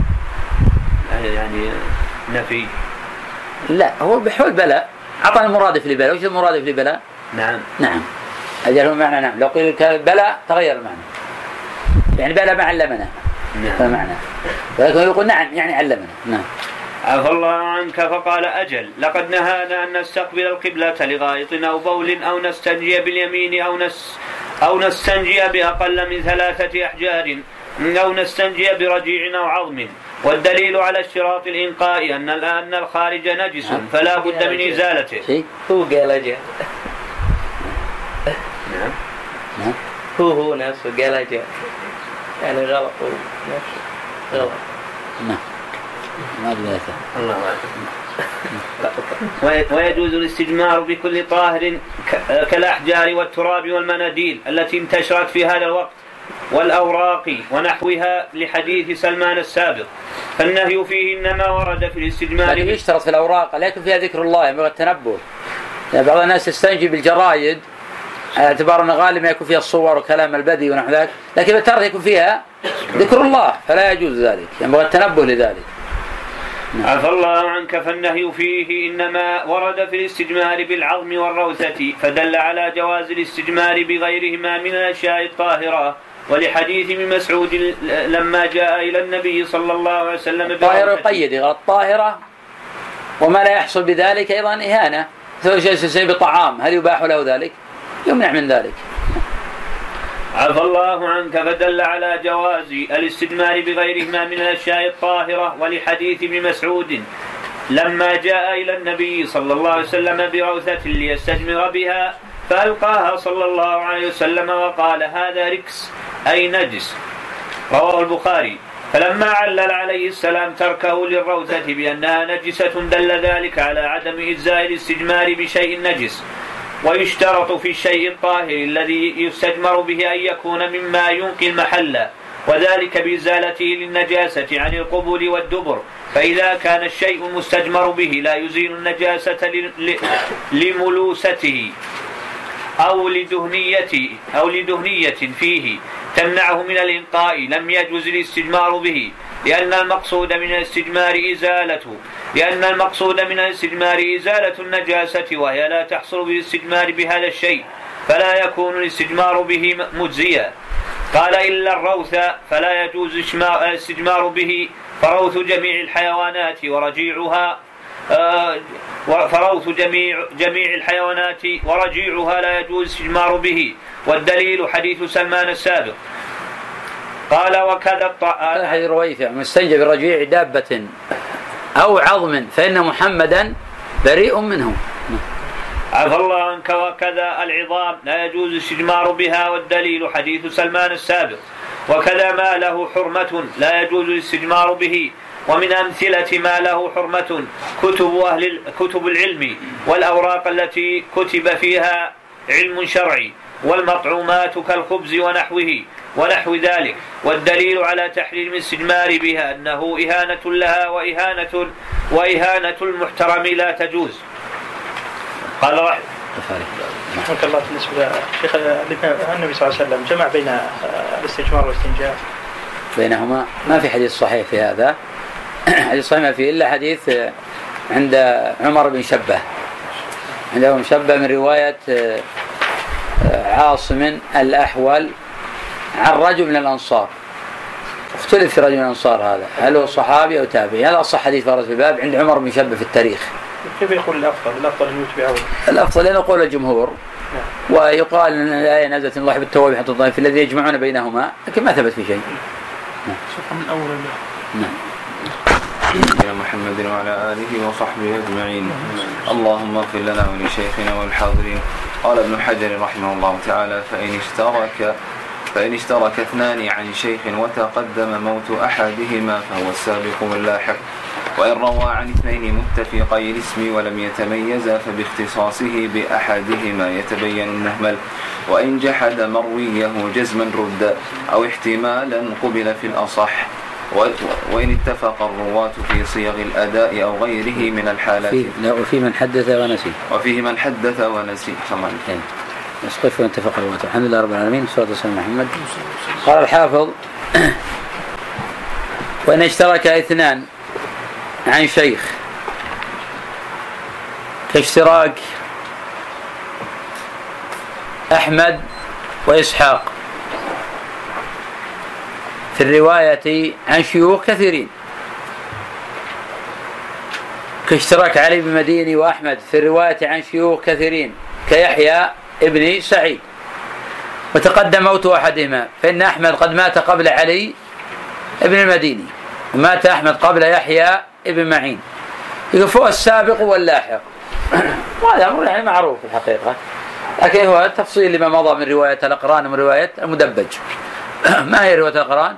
يعني نفي.
لا هو بحول بلى عطنا المرادف لبلى. وش المرادف لبلى؟ نعم أجل هو معنى. نعم لو قيل بلى تغير المعنى، يعني بلى ما علمنا. نعم معنى، ولكن يقول نعم يعني علمنا. نعم.
عفى الله عنك. فقال أجل لقد نهانا أن نستقبل القبلة لغائط أو بول أو نستنجي باليمين أو نستنجي بأقل من 3 أحجار أو نستنجي برجيع أو عظم. والدليل على اشتراط الإنقاء أن الخارج نجس فلا بد من إزالته.
هو قال أجل.
نعم.
هو نفسه قال أجل، يعني غلط غلط.
نعم.
الله ويجوز الاستجمار بكل طاهر كالأحجار والتراب والمناديل التي انتشرت في هذا الوقت والأوراق ونحوها لحديث سلمان السابق، فالنهي فيه إنما ورد في الاستجمار.
لكن يشترط في الأوراق لا يكون فيها ذكر الله، ينبغي التنبه. يعني بعض الناس يستنجي بالجرايد على اعتبار أن غالبا ما يكون فيها الصور وكلام البدي ونحو ذلك، لكن بالتالي يكون فيها ذكر الله فلا يجوز ذلك، ينبغي التنبه لذلك.
عفى الله عنك. فالنهي فيه إنما ورد في الاستجمار بالعظم والروثة، فدل على جواز الاستجمار بغيرهما من الأشياء الطاهرة، ولحديث ابن مسعود لما جاء إلى النبي صلى الله عليه وسلم
الطاهرة يقيد الطاهرة وما لا يحصل بذلك أيضا إهانة. سواء شيء بطعام هل يباح له ذلك؟ يمنع من ذلك.
عفى الله عنك. فدل على جواز الاستجمار بغيرهما من الأشياء الطاهرة. ولحديث ابن مسعود لما جاء إلى النبي صلى الله عليه وسلم بروثة ليستجمر بها فألقاها صلى الله عليه وسلم وقال هذا ركس أي نجس. رواه البخاري. فلما علل عليه السلام تركه للروثة بأنها نجسة دل ذلك على عدم إجزاء الاستجمار بشيء نجس. ويشترط في الشيء الطاهر الذي يستجمر به أن يكون مما ينقي المحل، وذلك بإزالته للنجاسة عن القبول والدبر. فإذا كان الشيء المستجمر به لا يزيل النجاسة لملوسته أو لدهنية فيه تمنعه من الإنقاء لم يجوز الاستجمار به، لأن المقصود من الاستجمار إزالة النجاسة، وهي لا تحصل بالاستجمار بهذا الشيء، فلا يكون الاستجمار به مجزيا. قال إلا الروث فلا يجوز الاستجمار به، فروث جميع الحيوانات ورجيعها لا يجوز الاستجمار به. والدليل حديث سلمان السابق. قال وكذا
حديث رويفع مستنجى برجيع دابة أو عظم فإن محمدا بريء منه.
عفى الله عنك. وكذا العظام لا يجوز الاستجمار بها، والدليل حديث سلمان السابق. وكذا ما له حرمة لا يجوز الاستجمار به. ومن أمثلة ما له حرمة كتب العلم والأوراق التي كتب فيها علم شرعي، والمطعومات كالخبز ونحو ذلك. والدليل على تحريم الاستجمار بها أنه إهانة لها، وإهانة المحترم لا تجوز. قال
رحمه الله بالنسبة لشيخ النبي صلى الله عليه وسلم جمع بين الاستجمار والاستنجاء
بينهما. ما في حديث صحيح في هذا، حديث صحيح ما فيه إلا حديث عند عمر بن شبه، عنده مشبه من رواية عاصم الأحول عن رجل من الأنصار. اختلف في رجل من الأنصار هذا هل هو صحابي أو تابعي. هذا أصح حديث ورد في الباب عند عمر بن شبه في التاريخ.
كيف يقول الأفضل أن يتبعه؟
الأفضل أن يقول الجمهور، ويقال أن الآية نزلت الله بالتوابع حتى الضعيف الذي يجمعون بينهما، لكن ما ثبت في شيء.
صفحة من أول
نعم.
نبينا محمد وعلى آله وصحبه أجمعين. اللهم اغفر لنا ولشيخنا والحاضرين. قال ابن حجر رحمه الله تعالى فإن اشترك اثنان عن شيخ وتقدم موت أحدهما فهو السابق واللاحق، وإن روى عن اثنين متفقي الاسم ولم يتميزا فباختصاصه بأحدهما يتبين المهمل، وإن جحد مرويه جزما رد أو احتمالا قبل في الأصح، وإن اتفق الرواة في صيغ الأداء أو غيره من الحالات.
وفي من حدث ونسي يسقف واتفق الرواة. الحمد لله رب العالمين، صلى الله عليه محمد. قال الحافظ وإن اشترك اثنان عن شيخ كاشتراك أحمد وإسحاق في الرواية عن شيوخ كثيرين، كاشتراك علي بن مديني وأحمد في الرواية عن شيوخ كثيرين كيحيى ابن سعيد، وتقدم موت أحدهما فإن أحمد قد مات قبل علي ابن المديني، ومات أحمد قبل يحيى ابن معين. يقول السابق واللاحق، وهذا أمر يعني معروف في الحقيقة، لكن هو التفصيل لما مضى من رواية الأقران ومن رواية المدبج. ما هي رواية الأقران؟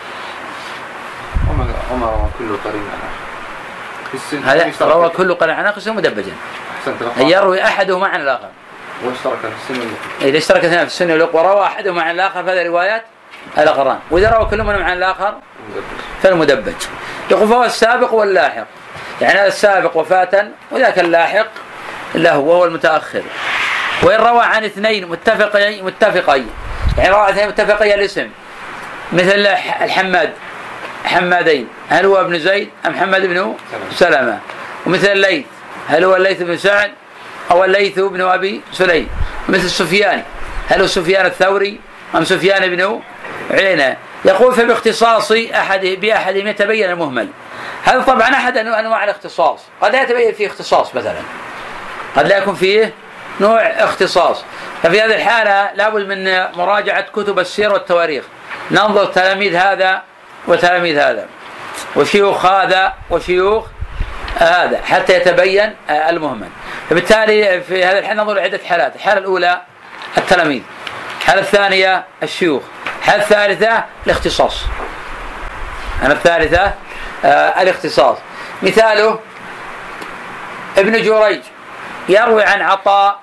وما كل قرين
هذا روى كل قرين عن آخر مدبجا، يروي أحدهما عن الآخر.
واشترك في السنة
إذا اشترك اثنان في السنة وروى أحدهما عن الآخر فهذا روايات الأقران، وإذا روى كل منهم عن الآخر فالمدبج. يقول فهو السابق واللاحق، يعني هذا السابق وفاة وذاك اللاحق له وهو المتأخر. وإن روى عن اثنين متفقين يعني روى اثنين متفقي الاسم مثل حمادين هل هو ابن زيد أم محمد بن سلمة، ومثل الليث هل هو الليث بن سعد أو الليث بن أبي سليم، مثل سفيان هل هو سفيان الثوري أم سفيان بن عيينة. يقول فباختصاص بأحدهم يتبين المهمل. هذا طبعا أحد أنواع الاختصاص، قد لا يتبين فيه اختصاص مثلا، قد لا يكون فيه نوع اختصاص. ففي هذه الحالة لابد من مراجعة كتب السير والتواريخ، ننظر تلاميذ هذا وتلاميذ هذا وشيوخ هذا وشيوخ هذا حتى يتبين المهمل. فبالتالي في هذا الحال ننظر لعدة حالات. الحالة الأولى التلاميذ، الحالة الثانية الشيوخ، الحالة الثالثة الاختصاص. الحالة الثالثة الاختصاص. مثاله ابن جريج يروي عن عطاء،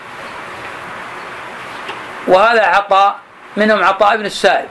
وهذا عطاء منهم عطاء ابن السائب،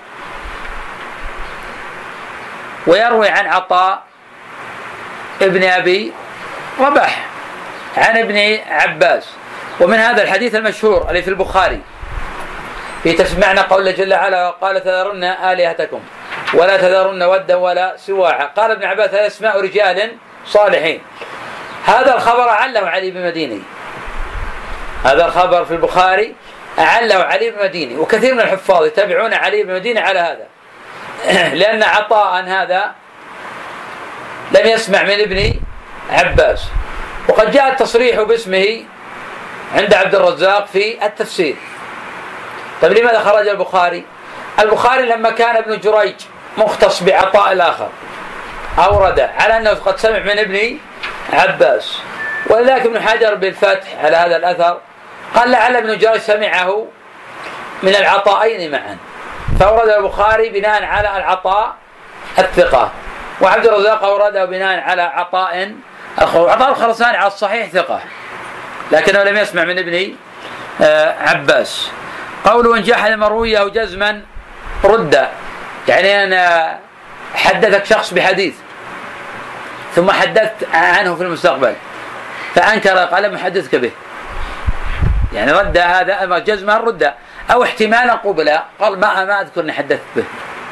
ويروي عن عطاء ابن أبي رباح عن ابن عباس. ومن هذا الحديث المشهور الذي في البخاري في معنى قول الله جل وعلا قال تذرن آلهتكم ولا تذرن ودا ولا سواعا. قال ابن عباس هذا اسماء رجال صالحين. هذا الخبر أعله علي بن مديني، هذا الخبر في البخاري أعله علي بن مديني، وكثير من الحفاظ يتابعون علي بن مديني على هذا لأن عطاء هذا لم يسمع من ابن عباس. وقد جاء التصريح باسمه عند عبد الرزاق في التفسير. طيب لماذا خرج البخاري؟ البخاري لما كان ابن جريج مختص بعطاء الآخر أورد على أنه قد سمع من ابن عباس، ولذلك ابن حجر بالفتح على هذا الأثر قال لعل ابن جريج سمعه من العطائين معا، فأورد البخاري بناء على العطاء الثقة، وعبد الرزاق أورده بناء على عطاء عطاء الخرساني على الصحيح ثقة لكنه لم يسمع من ابن عباس. قوله إن جحد مرويه جزما رد، يعني أنا حدثك شخص بحديث ثم حدثت عنه في المستقبل فأنكر قال محدثك به، يعني رد هذا جزما رد، أو احتمالا قبل قال ما أذكر أني حدثت به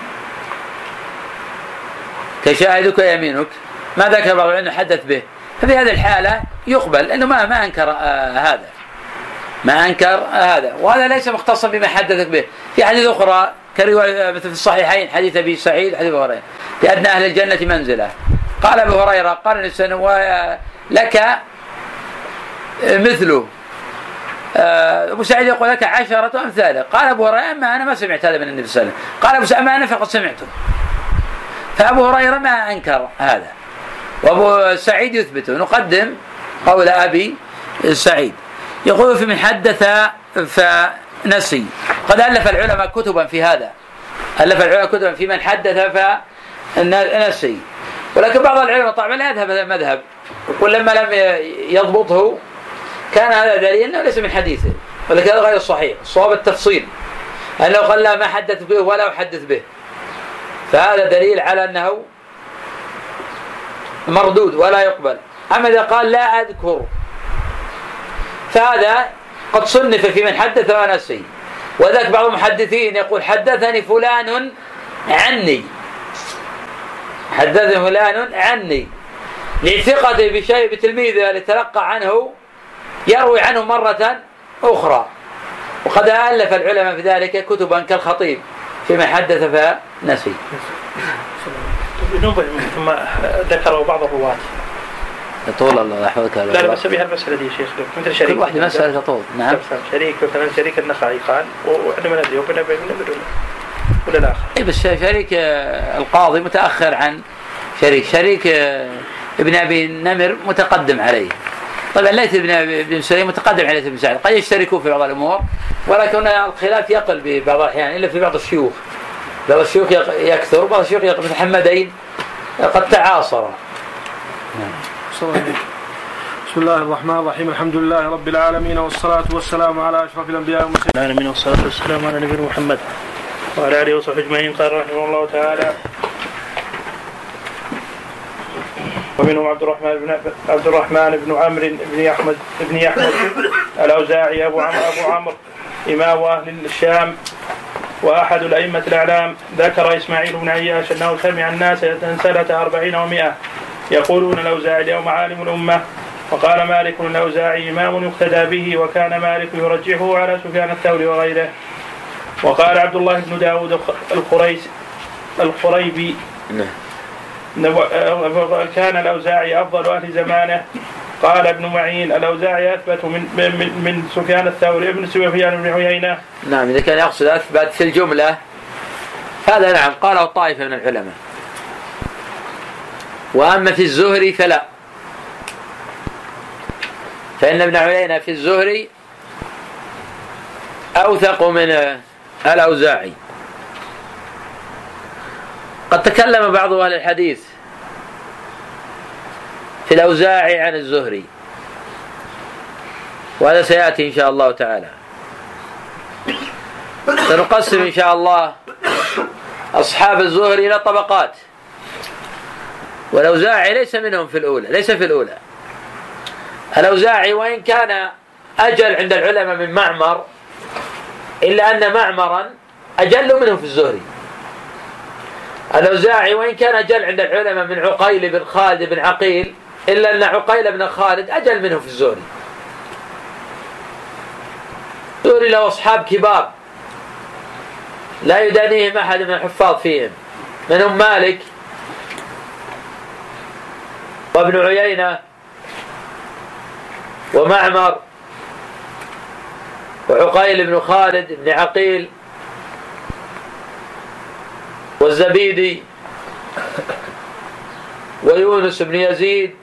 كشاهدك يمينك ما ذكر بعض أنه حدث به. ففي هذه الحالة يقبل أنه ما أنكر هذا، ما أنكر هذا، وهذا ليس مختصا بما حدثك به. في حديث أخرى كرواية مثل في الصحيحين حديث أبي سعيد حديث أبي هريرة لأن أهل الجنة منزلة. قال أبو هريرة قال الإنسان لك مثله. أبو سعيد يقول لك 10 أمثاله. قال أبو هريرة أما أنا ما سمعت هذا من النبي صلى الله عليه وسلم. قال أبو سعيد أما أنا فقد سمعته. فأبو هريرة ما أنكر هذا، وأبو سعيد يثبته. نقدم قول أبي سعيد. يقول في من حدث فنسي. قد ألف العلماء كتبا في هذا، ألف العلماء كتبا في من حدث فنسي، ولكن بعض العلماء طبعا لا يذهب هذا المذهب، يقول لما لم يضبطه كان هذا دليل أنه ليس من حديثه، ولكن هذا غير صحيح. الصواب التفصيل، أنه قال لا ما حدث به ولا أحدث به، فهذا دليل على أنه مردود ولا يقبل. أما إذا قال لا أذكر فهذا قد صنف في من حدث ونسي، وذلك بعض المحدثين يقول حدثني فلان عني، حدثني فلان عني لثقته بشيء بتلميذه اللي تلقى عنه يروي عنه مرة أخرى. وقد ألف العلماء في ذلك كتبا كالخطيب فيما حدث فنسي.
ثم ذكروا بعض الرواة
يطول الله يحفظك.
لا بس بها المسألة دي شيخ مثل شريك
كل واحد مسألة تطول. نعم
شريك مثلا شريك النخعي قال وإحنا ما ندري وبنا ولا الآخر.
إيه بس شريك القاضي متأخر عن شريك ابن أبي نمر متقدم عليه. طبعا ليث ابن سليم متقدم عليه ابن سعد، قد يشتركوا في بعض الأمور ولكن الخلاف يقل ببعض الأحيان إلا في بعض الشيوخ. بعض الشيوخ يكثر، بعض الشيوخ يقل، مثل حمدين قد تعاصر.
بسم الله الرحمن الرحيم. الحمد لله رب العالمين والصلاة والسلام على أشرف الأنبياء والمرسلين
العالمين والصلاة والسلام على نبينا محمد وعلى آله وصحبه أجمعين. قال رحمه الله تعالى ومنهم عبد الرحمن بن عمرو بن يحمد الأوزاعي أبو عمرو إمام أهل الشام وأحد الأئمة الأعلام. ذكر إسماعيل بن عياش أنه سمع الناس سنة 40 و100 يقولون الأوزاعي اليوم عالم الأمة. وقال مالك الأوزاعي إمام يقتدى به، وكان مالك يرجحه على سفيان الثوري وغيره. وقال عبد الله بن داود الخريبي كان الأوزاعي أفضل أهل زمانه قال ابن معين الأوزاعي أثبت من سفيان الثوري ابن سفيان بن عيينة.
نعم، إذا كان يقصد أثبت في الجملة هذا نعم قاله طائفة من العلماء، وأما في الزهري فلا، فإن ابن عيينة في الزهري أوثق من الأوزاعي. قد تكلم بعض أهل الحديث في الأوزاعي عن الزهري، وهذا سيأتي إن شاء الله تعالى. سنقسم إن شاء الله أصحاب الزهري إلى طبقات، والأوزاعي ليس منهم في الأولى، ليس في الأولى. الأوزاعي وإن كان أجل عند العلماء من معمر، إلا أن معمرا أجل منه في الزهري. الأوزاعي وإن كان أجل عند العلماء من عقيل بن خالد بن عقيل، إلا أن عقيل بن خالد أجل منه في الزهري. الزهري له أصحاب كبار لا يدانيهم أحد من الحفاظ فيهم، منهم مالك وابن عيينة ومعمر وعقيل بن خالد بن عقيل والزبيدي ويونس بن يزيد.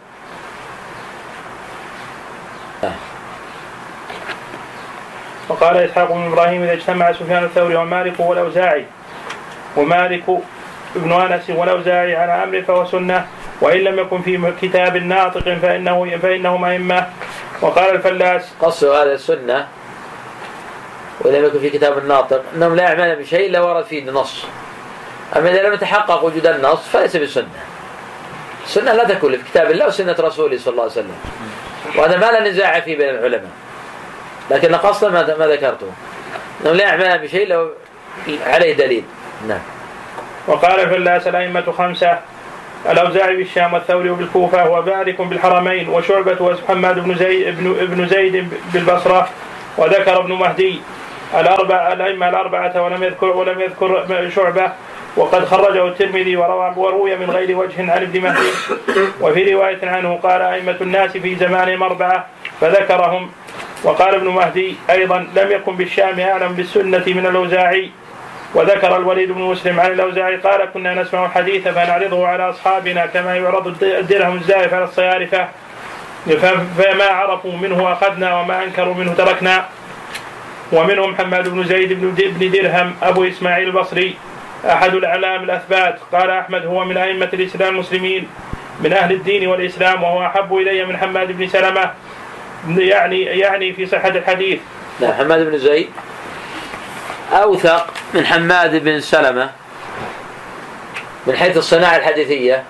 وقال إسحاق بن إبراهيم إذا اجتمع سفيان الثوري ومالك والأوزاعي ومالك ابن أنس والأوزاعي على أمر فهو سنة، وإن لم يكن في كتاب ناطق فإنهما أئمة. وقال الفلاس
قصوا هذا السنة ولم يكن في كتاب الناطق أنهم لا يعملون بشيء إلا ورد فيه نص، أما إذا لم يتحقق وجود النص فليس بسنة. السنة لا تكون في كتاب الله وسنة رسوله صلى الله عليه وسلم، وهذا ما لا نزاع فيه بين العلماء، لكن قصد ما ذكرته أنهم لا يعملون بشيء إلا عليه دليل. نعم.
وقال الفلاس الأئمة خمسة: الأوزاعي بالشام والثوري بالكوفة ومالك بالحرمين وشعبة ومحمد بن زيد بالبصرة. وذكر ابن مهدي الأئمة الأربعة ولم يذكر شعبة، وقد خرجه الترمذي وروي من غير وجه عن ابن مهدي. وفي رواية عنه قال أئمة الناس في زمانهم أربعة فذكرهم. وقال ابن مهدي أيضا لم يكن بالشام أعلم بالسنة من الأوزاعي. وذكر الوليد بن مسلم عن الأوزاعي قال كنا نسمع الحديث فنعرضه على أصحابنا كما يعرض الدرهم الزائف على الصيارفة، فما عرفوا منه أخذنا وما أنكروا منه تركنا. ومنهم محمد بن زيد بن درهم أبو إسماعيل البصري أحد الأعلام الأثبات. قال أحمد هو من أئمة الإسلام المسلمين من أهل الدين والإسلام، وهو أحب إلي من حماد بن سلمة، يعني في صحة الحديث.
لا، حماد بن زيد أوثق من حماد بن سلمة من حيث الصناعة الحديثية،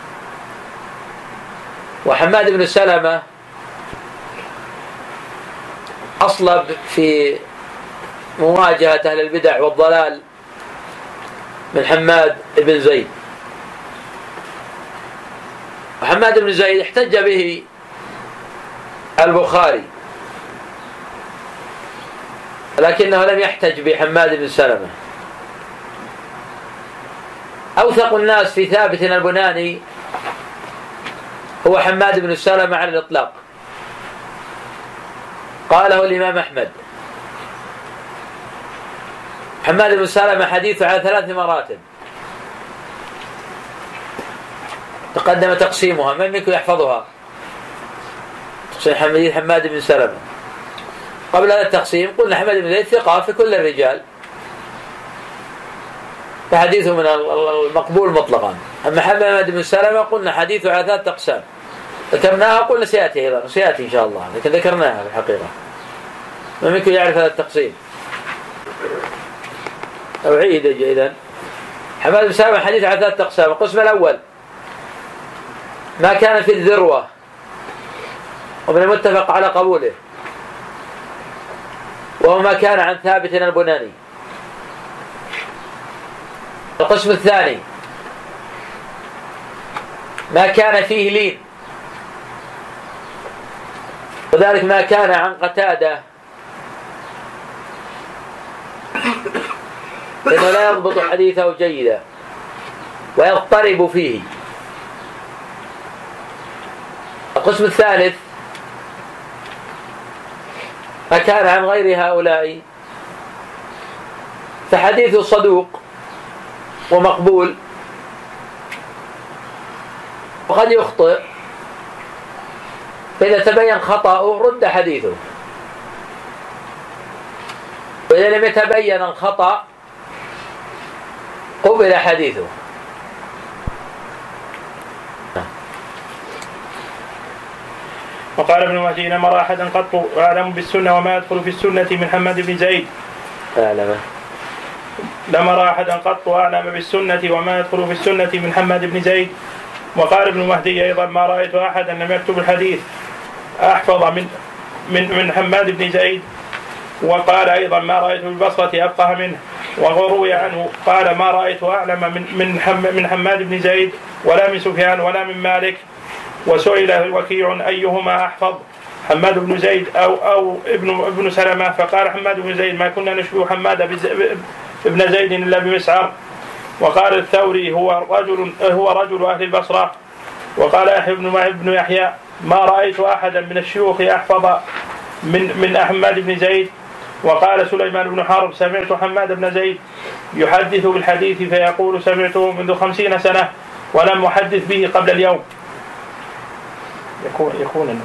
وحماد بن سلمة أصلب في مواجهة أهل البدع والضلال من حماد بن زيد. وحماد بن زيد احتج به البخاري، لكنه لم يحتج بحماد بن سلمة. أوثق الناس في ثابت البناني هو حماد بن سلمة على الإطلاق، قاله الإمام أحمد. حماد بن سلمة حديثه على 3 مراتب تقدم تقسيمها، من منكم يحفظها؟ تقسيم حديث حماد بن سلمة. قبل هذا التقسيم قلنا حماد بن زيد ثقة في كل الرجال، فحديثه من المقبول مطلقا. أما حماد بن سلمة قلنا حديثه على 3 أقسام ذكرناها، قلنا سيأتي أيضا، سيأتي إن شاء الله، لكن ذكرناها في الحقيقة. من منكم يعرف هذا التقسيم؟ أعيد إذن. حماد بن سلمة حديث على 3 أقسام. القسم الأول ما كان في الذروة ومن المتفق على قبوله، وهو ما كان عن ثابت البناني. القسم الثاني ما كان فيه لين، وذلك ما كان عن قتادة لأنه لا يضبط حديثه جيدا ويضطرب فيه. القسم الثالث فكان عن غير هؤلاء فحديث صدوق ومقبول، وقد يخطئ، فإذا تبين خطأه رد حديثه، وإذا لم يتبين الخطأ قبل حديثه.
وقال ابن مهدي: لم أرى أحدا قط أعلم بالسنة وما يدخل في السنة من حماد بن زيد. لم أرى أحدا قط أعلم بالسنة وما يدخل في السنة من حماد بن زيد. وقال ابن مهدي أيضا: ما رأيت أحدا لم يكتب الحديث أحفظ من حماد بن زيد. وقال أيضا: ما رأيت بالبصرة أفقه منه. وروي عنه قال: ما رأيت أعلم من حماد بن زيد ولا من سفيان ولا من مالك. وسئل وكيع: أيهما أحفظ، حماد بن زيد أو ابن سلمة؟ فقال: حماد بن زيد، ما كنا نشبه حماد ابن زيد إلا بمسعر. وقال الثوري: هو رجل أهل البصرة. وقال يحيى بن يحيى: ما رأيت أحدا من الشيوخ أحفظ من حماد بن زيد. وقال سليمان بن حرب: سمعت حماد بن زيد يحدث بالحديث فيقول: سمعته منذ 50 سنة ولم أحدث به قبل اليوم. يكون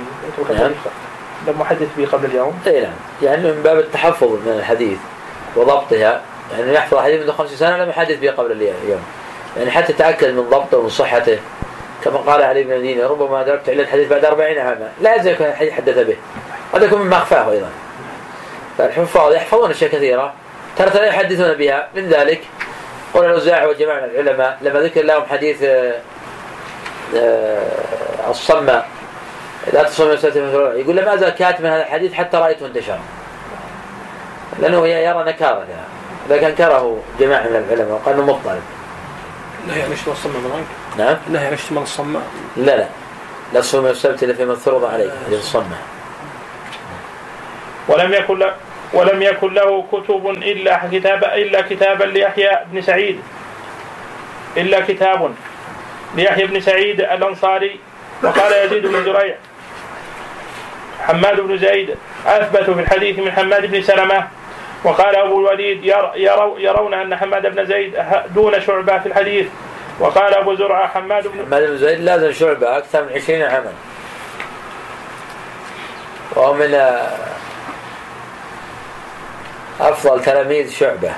لم أحدث به قبل اليوم.
أي نعم، يعني من باب التحفظ من الحديث وضبطها، يعني يحفظ حديث منذ 50 سنة لم يحدث به قبل اليوم، يعني حتى تأكد من ضبطه ومن صحته. كما قال علي بن المديني: ربما أدركت علة الحديث بعد 40 عاما، لا يلزم يكون الحديث حدث به، قد يكون مما أخفاه أيضا. فالحفاظ يحفظون أشياء كثيرة ترى لا يحدثون بها. من ذلك قال الأوزاعي وجماعة من العلماء لما ذكر لهم حديث الصماء لا تصوم يقول: لما أزال كاتما هذا الحديث حتى رأيته انتشر، لأنه يرى نكارتها، لكن كره جماعة من العلماء وقال إنه مضطرب.
لا يعني اشتمل الصماء من غير؟
نعم؟
لا يعني اشتمل الصماء؟
لا لا تصوم السبت إلا فيما افترض عليه حديث الصماء.
ولم يكن له كتب إلا كتابا ليحيى بن سعيد، إلا كتاب ليحيى بن سعيد الأنصاري. وقال يزيد بن زريع: حماد بن زيد أثبت في الحديث من حماد بن سلمة. وقال أبو الوليد: يرون أن حماد بن زيد دون شعبة في الحديث. وقال أبو زرعة: حماد بن
زيد لازم شعبة أكثر من 20 عاما، وهو من أفضل تلاميذ شعبة.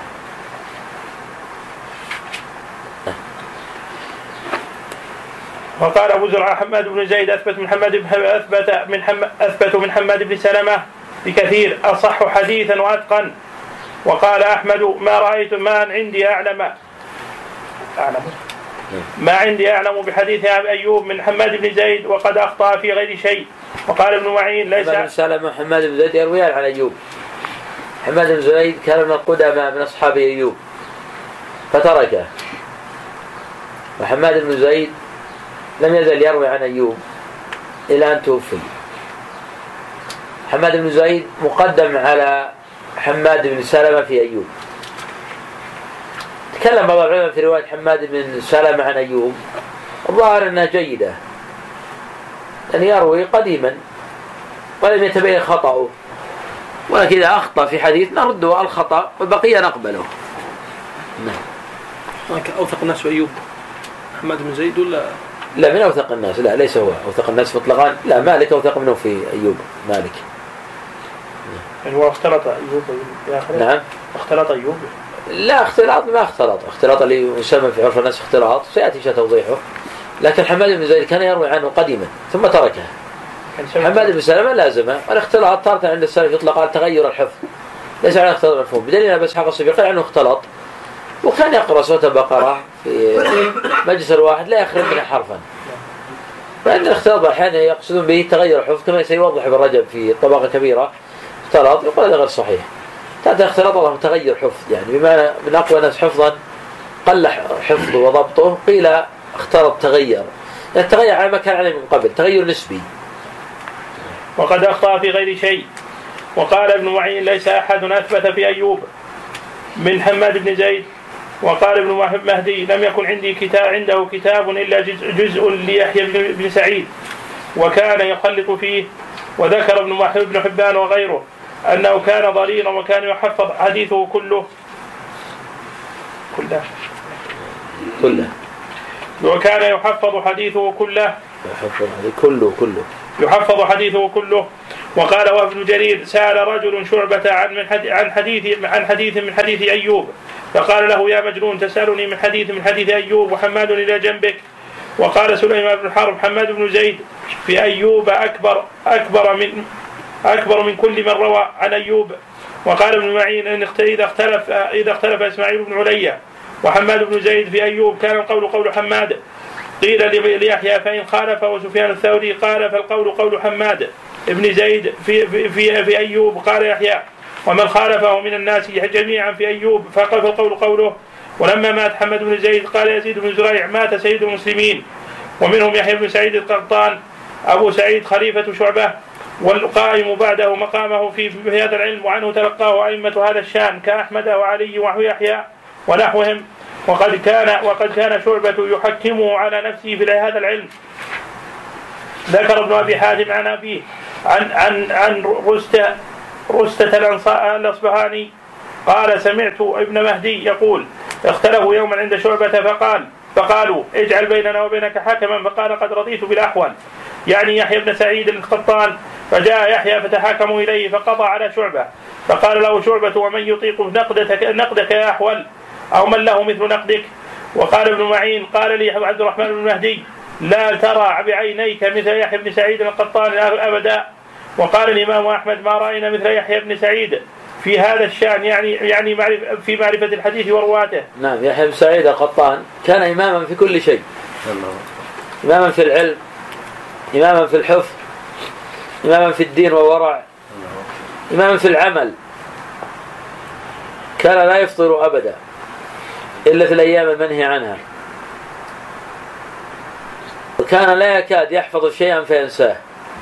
وقال أبو زرعة: حماد بن زيد أثبت من حماد بن سلمة بكثير، أصح حديثا وأتقن. وقال أحمد: ما عندي أعلم بحديث أيوب من حماد بن زيد وقد أخطأ في غير شيء. وقال ابن معين: ليس
بن سلمة حماد بن زيد يرويان عن أيوب. حماد بن زيد كان من القدماء من أصحاب أيوب فتركه، وحماد بن زيد لم يزل يروي عن أيوب إلى أن توفي. حماد بن زيد مقدم على حماد بن سلمة في أيوب. تكلم بعض العلماء في رواية حماد بن سلمة عن أيوب، الظاهر أنها جيدة، أن يروي قديما ولم يتبين خطأه، ولكن إذا أخطأ في حديث نرده الخطأ والبقية نقبله.
أوثق الناس في أيوب حماد بن زيد ولا؟
لا، من أوثق الناس، لا ليس هو أوثق الناس مطلقا، لا مالك أوثق منه في أيوب، مالك.
يعني هو اختلط أيوب يا أخي؟
نعم
اختلط أيوب؟
لا، اختلاط ما اختلط اللي يسمى في عرف الناس اختلاط سيأتي توضيحه. لكن حماد بن زيد كان يروي عنه قديما ثم تركه. حماد بن سلمة لازمه. والاختلاط تارة عند السلف يطلق على تغير الحفظ، ليس على اختلاط المفهوم، بدليل أن إسحاق الصبيغي عنه اختلط وكان يقرأ سورة البقرة في مجلس الواحد لا يخرج منها حرفا. فإن الاختلاط أحيانا يقصدون به تغير الحفظ كما سيوضح ابن رجب في طبقة كبيرة. اختلاط يقول هذا غير صحيح، تأتي اختلاط الله تغير حفظ، يعني بما من أقوى الناس حفظا قل حفظه وضبطه، قيل اختلط تغير، يعني تغير على ما كان عليه من قبل، تغير نسبي.
وقد أخطأ في غير شيء. وقال ابن معين: ليس أحد أثبت في أيوب من حماد بن زيد. وقال ابن مهدي: لم يكن عنده كتاب إلا جزء ليحيى بن سعيد، وكان يخلط فيه وذكر ابن حبان وغيره أنه كان ضريرا وكان يحفظ حديثه كله وكان يحفظ حديثه كله يحفظ حديثه كله. وقال وابن جرير سأل رجل شعبة عن حديث من حديث أيوب فقال له يا مجنون تسألني من حديث أيوب وحماد إلى جنبك. وقال سليمان بن حرب حماد بن زيد في أيوب أكبر من كل من روى عن أيوب. وقال ابن معين إن إذا اختلف إسماعيل بن عليا وحماد بن زيد في أيوب كان القول قول حماد. قيل ليحيى فإن خالفه سفيان الثوري قال فالقول قول حماد ابن زيد في أيوب. قال يحيى ومن خالفه من الناس جميعا في أيوب فالقول قوله. ولما مات حماد بن زيد قال يزيد بن زريع مات سيد المسلمين. ومنهم يحيى بن سعيد القطان أبو سعيد خليفة شعبة والقائم بعده مقامه في هذا العلم وعنه تلقاه أئمة هذا الشان كأحمد وعلي ويحيى ونحوهم. وقد كان شعبة يحكمه على نفسه في هذا العلم. ذكر ابن أبي حاتم عن أبيه عن رستة الأصبهاني قال سمعت ابن مهدي يقول اختلفوا يوما عند شعبة فقالوا اجعل بيننا وبينك حكما فقال قد رضيت بالأحول يعني يحيى بن سعيد القطان. فجاء يحيى فتحاكموا إليه فقضى على شعبة فقال له شعبة ومن يطيق نقدك يا أحول أو من له مثل نقدك. وقال ابن معين قال لي عبد الرحمن بن مهدي لا ترى بعينيك مثل يحيى بن سعيد القطان أبدا. وقال الإمام أحمد ما رأينا مثل يحيى بن سعيد في هذا الشأن يعني في معرفة الحديث ورواته.
نعم يحيى بن سعيد القطان كان إماما في كل شيء إماما في العلم إماما في الحفظ إماما في الدين والورع إماما في العمل. كان لا يفطر أبدا إلا في الأيام المنهي عنها. وكان لا يكاد يحفظ شيئا فينساه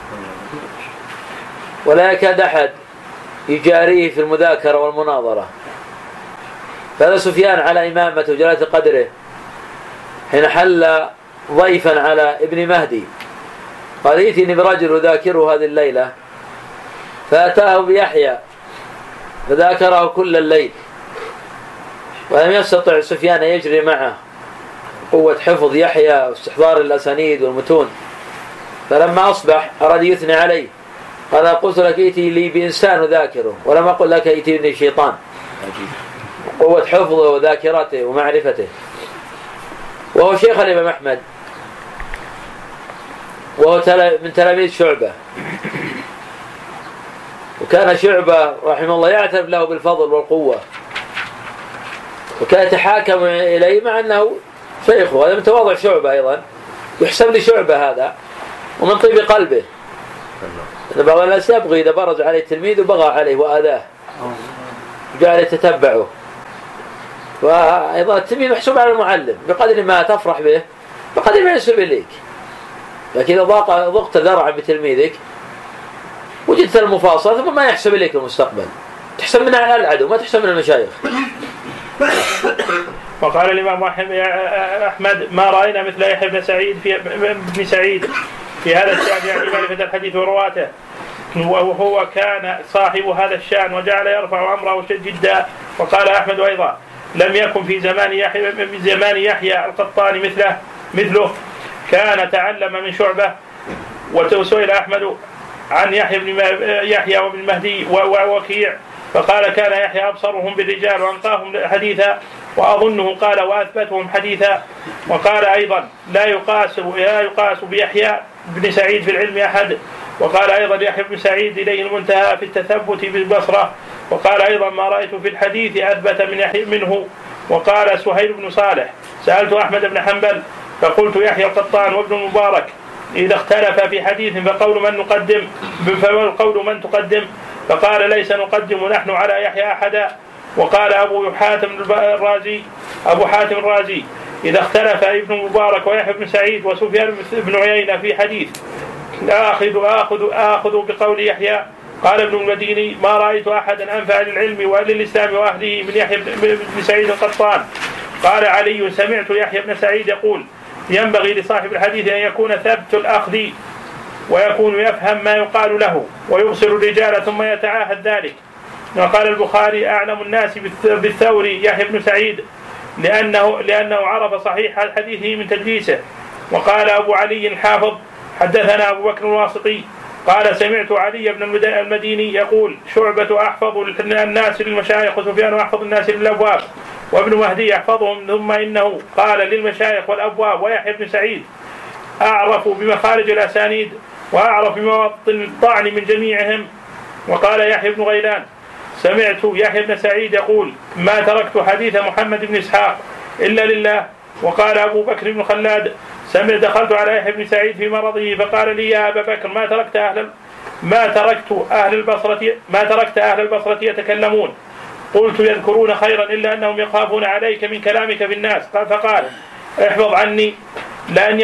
ولا يكاد أحد يجاريه في المذاكرة والمناظرة. فهذا سفيان على إمامته وجلالة قدره حين حل ضيفا على ابن مهدي قال ائتني برجل أذاكره هذه الليلة فأتاه بيحيى فذاكره كل الليل ولم يستطع سفيان يجري معه قوة حفظ يحيى واستحضار الأسانيد والمتون. فلما أصبح أراد يثني عليه قال قلت لك ائتي لي بإنسان ذاكره ولم أقل لك ائتي لي شيطان. قوة حفظه وذاكرته ومعرفته. وهو شيخ الإمام أحمد وهو من تلاميذ شعبة. وكان شعبة رحمه الله يعترف له بالفضل والقوة وكان يتحاكم إليه مع أنه شيخه. هذا من تواضع شعبة أيضا يحسب لشعبة هذا ومن طيب قلبه. بعض الناس يبغي إذا برز عليه التلميذ وبغى عليه وآذاه جعل يتتبعه. وأيضا التلميذ محسوب على المعلم بقدر ما تفرح به بقدر ما ينسب إليك. لكن إذا ضغط ذرعا بتلميذك وجدت المفاصلة ثم ما يحسب إليك المستقبل تحسب من العدو ما تحسب من المشايخ.
وقال الإمام أحمد ما رأينا مثل يحيى بن سعيد في هذا الشأن يعني معرفة الحديث ورواته. وهو كان صاحب هذا الشأن وجعل يرفع أمره جدا. وقال أحمد أيضا لم يكن في زمان يحيى القطان مثله كان تعلم من شعبة. وسئل أحمد عن يحيى وابن مهدي ووكيع فقال كان يحيى أبصرهم بالرجال وأنقاهم حديثا وأظنه قال وأثبتهم حديثا. وقال أيضا لا يقاس بيحيى بن سعيد في العلم أحد. وقال أيضا يحيى بن سعيد إليه المنتهى في التثبت بالبصرة. وقال أيضا ما رأيت في الحديث أثبت منه. وقال سهيل بن صالح سألت أحمد بن حنبل فقلت يحيى القطان وابن المبارك إذا اختلف في حديث فقول من تقدم فقال ليس نقدم نحن على يحيى أحدا. وقال أبو حاتم الرازي إذا اختلف ابن المبارك ويحيى بن سعيد وسفيان بن عيينة في حديث آخذ بقول يحيى. قال ابن المديني ما رأيت أحدا أنفع للعلم وللإسلام وأهله من يحيى بن سعيد القطان. قال علي سمعت يحيى بن سعيد يقول ينبغي لصاحب الحديث أن يكون ثبت الأخذ ويكون يفهم ما يقال له ويبصر الرجال ثم يتعاهد ذلك. وقال البخاري: أعلم الناس بالثوري يحيى بن سعيد لأنه عرف صحيح الحديث من تدليسه. وقال أبو علي الحافظ: حدثنا أبو بكر الواسطي قال: سمعت علي بن المديني يقول: شعبة أحفظ الناس للمشايخ وسفيان أحفظ الناس للأبواب وابن مهدي يحفظهم، ثم إنه قال للمشايخ والأبواب ويحيى بن سعيد أعرف بمخارج الأسانيد وأعرف بمواطن الطعن من جميعهم. وقال يحيى بن غيلان: سمعت يحيى بن سعيد يقول: ما تركت حديث محمد بن إسحاق إلا لله. وقال أبو بكر بن خلاد: دخلت على يحيى بن سعيد في مرضه فقال لي: يا أبا بكر ما تركت أهل البصرة يتكلمون. قلت: يذكرون خيرا إلا أنهم يخافون عليك من كلامك في الناس. فقال: احفظ عني لأن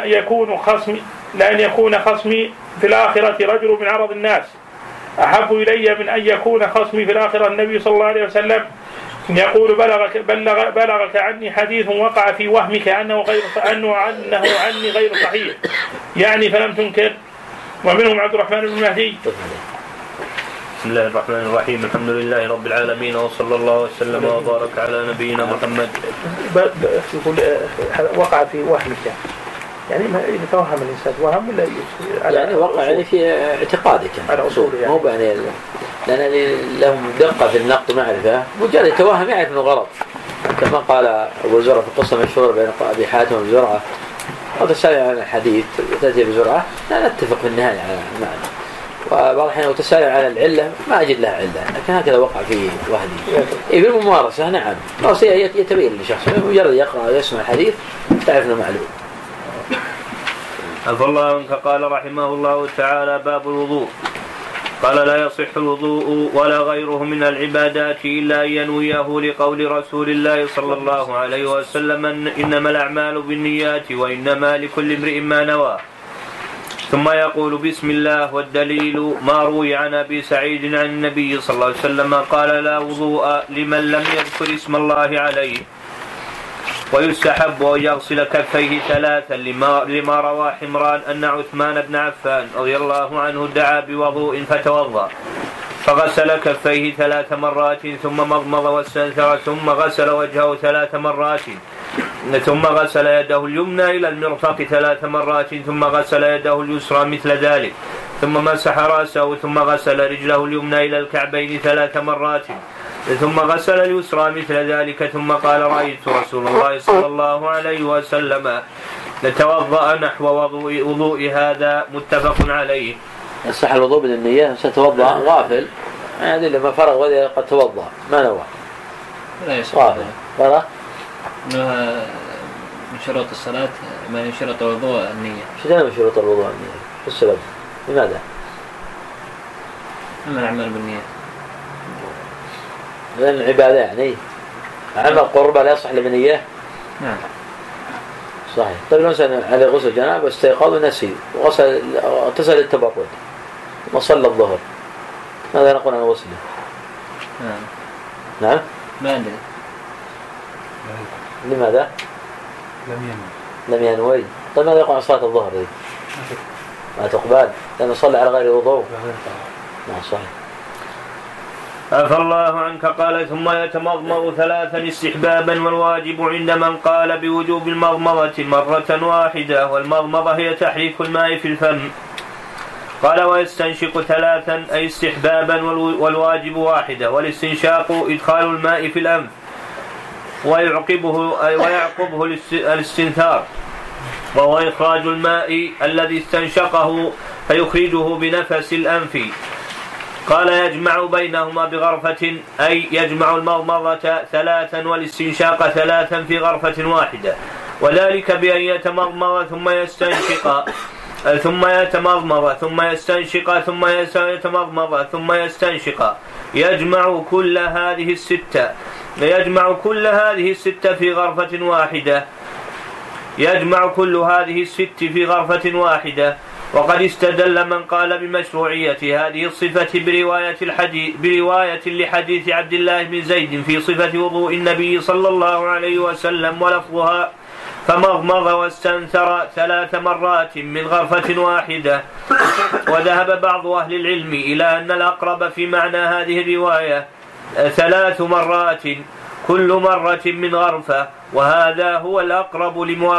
يكون خصمي في الآخرة رجل من عرض الناس أحب إلي من أن يكون خصمي في الآخرة النبي صلى الله عليه وسلم يقول: بلغك عني حديث وقع في وهمك أنه عني غير صحيح، يعني فلم تنكر. ومنهم عبد الرحمن بن مهدي.
بسم الله الرحمن الرحيم. الحمد لله رب العالمين، وصلى الله وسلم وبارك على نبينا محمد.
يقول وقع في وهمك، يعني ما يتوهم الإنسان وهم ولا
يعني وقع يعني في اعتقادك
على أصوله، يعني
مو يعني لأن لهم دقة في النقد معرفة، مجرد يتوهم يعرف إنه غلط. كما قال أبو زرعة في القصة مشهورة بين أبي حاتم وزرعة: أو تسأل عن الحديث تأتي بزرعة لا نتفق في النهاية على المعنى، وبعض الحين وتسأل عن العلة ما أجد لها علة، لكن هكذا وقع في وهدي. في الممارسة نعم يتبين لشخص مجرد يقرأ ويسمع الحديث تعرف إنه معلوم.
عفى الله عنك. قال رحمه الله تعالى: باب الوضوء. قال: لا يصح الوضوء ولا غيره من العبادات إلا أن ينويه لقول رسول الله صلى الله عليه وسلم: إنما الأعمال بالنيات وإنما لكل امرئ ما نوى. ثم يقول: بسم الله. والدليل ما روي عن أبي سعيد عن النبي صلى الله عليه وسلم قال: لا وضوء لمن لم يذكر اسم الله عليه. ويستحب أن يغسل كفيه ثلاثا لما روى حمران أن عثمان بن عفان رضي الله عنه دعا بوضوء فتوضأ فغسل كفيه 3 مرات ثم مضمض واستنثر ثم غسل وجهه 3 مرات ثم غسل يده اليمنى إلى المرفق 3 مرات ثم غسل يده اليسرى مثل ذلك ثم مسح رأسه ثم غسل رجله اليمنى إلى الكعبين 3 مرات ثم غسل اليسرى مثل ذلك ثم قال: رأيت رسول الله صلى الله عليه وسلم لتوضأ نحو وضوء هذا. متفق عليه.
يصح الوضوء بالنية. ستوضأ غافل يعني لما فرغ وذي قد توضأ ما نوى
لا يصح
فرغ
من شروط الصلاة ما من شروط الوضوء النية.
شو من شروط الوضوء النية؟ شو السبب؟ لماذا؟
أما الأعمال بالنية
لأن العبادة يعني عمل قربة لا يصح لبنية.
نعم
صحيح. طيب لو سأل على غسل جناب واستيقظ ونسي واغتسل التبرد وصلى الظهر ماذا نقول عن غسله؟ نعم
ما أدري
لماذا؟ لم ينوي. طيب ماذا يقول عن صلاة الظهر دي؟ ما تقبل لأنه صلى على غير وضوء. نعم صحيح.
عفى الله عنك. قال: ثم يتمضمض 3 استحبابا، والواجب عند من قال بوجوب المضمضة مرة واحدة، والمضمضة هي تحريك الماء في الفم. قال: ويستنشق 3 أي استحبابا، والواجب 1، والاستنشاق إدخال الماء في الأنف ويعقبه الاستنثار، وهو إخراج الماء الذي استنشقه فيخرجه بنفس الأنف. قال: يجمع بينهما بغرفة، أي يجمع المضمضة 3 والاستنشاق 3 في غرفة واحدة، وذلك بأن يتمضمض ثم يستنشق ثم يتمضمض ثم يستنشق ثم يتمضمض ثم يستنشق. يجمع كل هذه الستة في غرفة واحدة. يجمع كل هذه الست في غرفة واحدة. وقد استدل من قال بمشروعية هذه الصفة برواية لحديث عبد الله بن زيد في صفة وضوء النبي صلى الله عليه وسلم، فمضمض واستنثر 3 مرات من غرفة واحدة. وذهب بعض أهل العلم إلى أن الأقرب في معنى هذه الرواية 3 مرات كل مرة من غرفة، وهذا هو الأقرب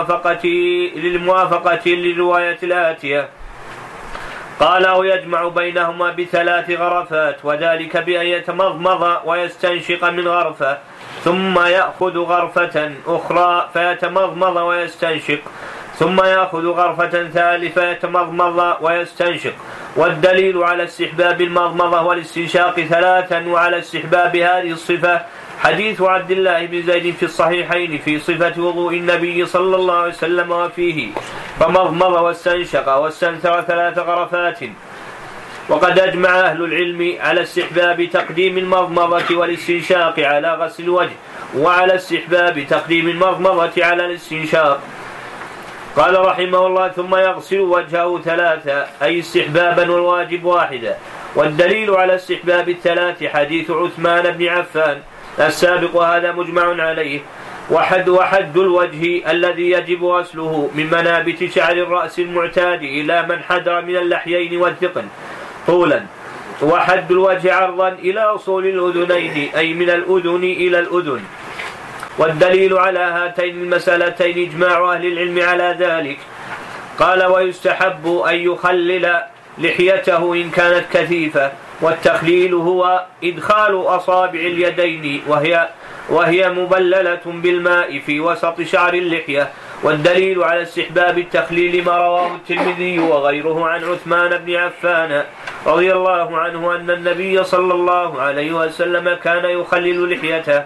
للموافقة للرواية الآتية. قال أو يجمع بينهما ب3 غرفات، وذلك بأن يتمضمض ويستنشق من غرفة ثم يأخذ غرفة أخرى فيتمضمض ويستنشق ثم يأخذ غرفة ثالثة يتمضمض ويستنشق. والدليل على استحباب المضمضة والاستنشاق 3 وعلى استحباب هذه الصفة حديث عبد الله بن زيد في الصحيحين في صفة وضوء النبي صلى الله عليه وسلم وفيه فمضمض واستنشق واستنثر 3 غرفات. وقد أجمع أهل العلم على استحباب تقديم المضمضة والاستنشاق على غسل الوجه، وعلى استحباب تقديم المضمضة على الاستنشاق. قال رحمه الله ثم يغسل وجهه 3 أي استحبابا والواجب واحدا. والدليل على استحباب 3 حديث عثمان بن عفان السابق، وهذا مجمع عليه. وحد الوجه الذي يجب غسله من منابت شعر الرأس المعتاد إلى من حدر من اللحيين والذقن طولا، وحد الوجه عرضا إلى أصول الأذنين أي من الأذن إلى الأذن. والدليل على هاتين المسألتين إجماع أهل العلم على ذلك. قال ويستحب أن يخلل لحيته إن كانت كثيفة، والتخليل هو إدخال أصابع اليدين وهي مبللة بالماء في وسط شعر اللحية. والدليل على استحباب التخليل ما رواه الترمذي وغيره عن عثمان بن عفان رضي الله عنه أن النبي صلى الله عليه وسلم كان يخلل لحيته،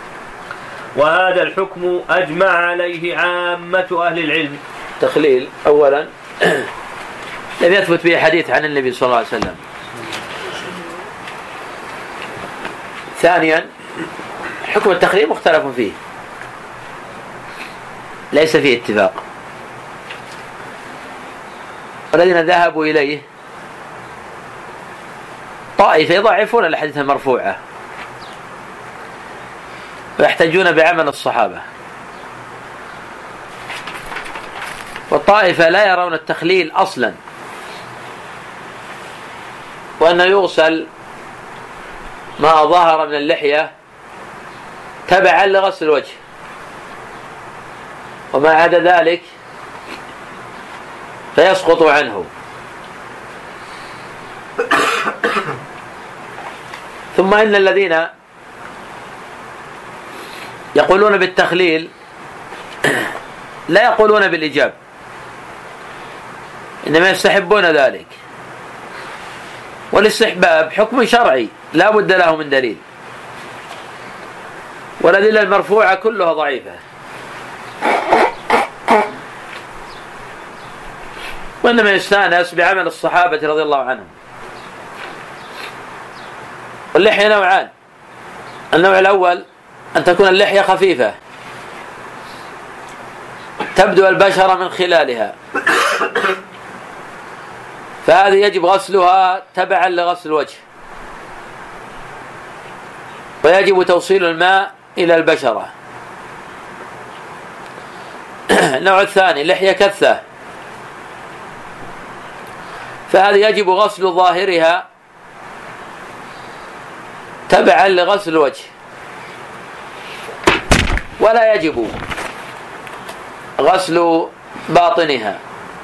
وهذا الحكم أجمع عليه عامة أهل العلم.
تخليل أولا لم يثبت به حديث عن النبي صلى الله عليه وسلم. ثانيا حكم التخليل مختلف فيه، ليس فيه اتفاق. والذين ذهبوا إليه طائفة يضعفون الحديث المرفوعة ويحتجون بعمل الصحابة، والطائفة لا يرون التخليل أصلا، وأنه يغسل ما ظهر من اللحية تبعا لغسل الوجه، وما عدا ذلك فيسقط عنه. ثم إن الذين يقولون بالتخليل لا يقولون بالإيجاب، إنما يستحبون ذلك. والاستحباب حكم شرعي لا بد له من دليل، والأدلة المرفوعة كلها ضعيفة، وإنما يستانس بعمل الصحابة رضي الله عنهم. واللحية نوعان: النوع الأول أن تكون اللحية خفيفة تبدو البشرة من خلالها، فهذه يجب غسلها تبعا لغسل الوجه، ويجب توصيل الماء إلى البشرة. النوع الثاني لحية كثة، فهذه يجب غسل ظاهرها تبعا لغسل الوجه، ولا يجب غسل باطنها،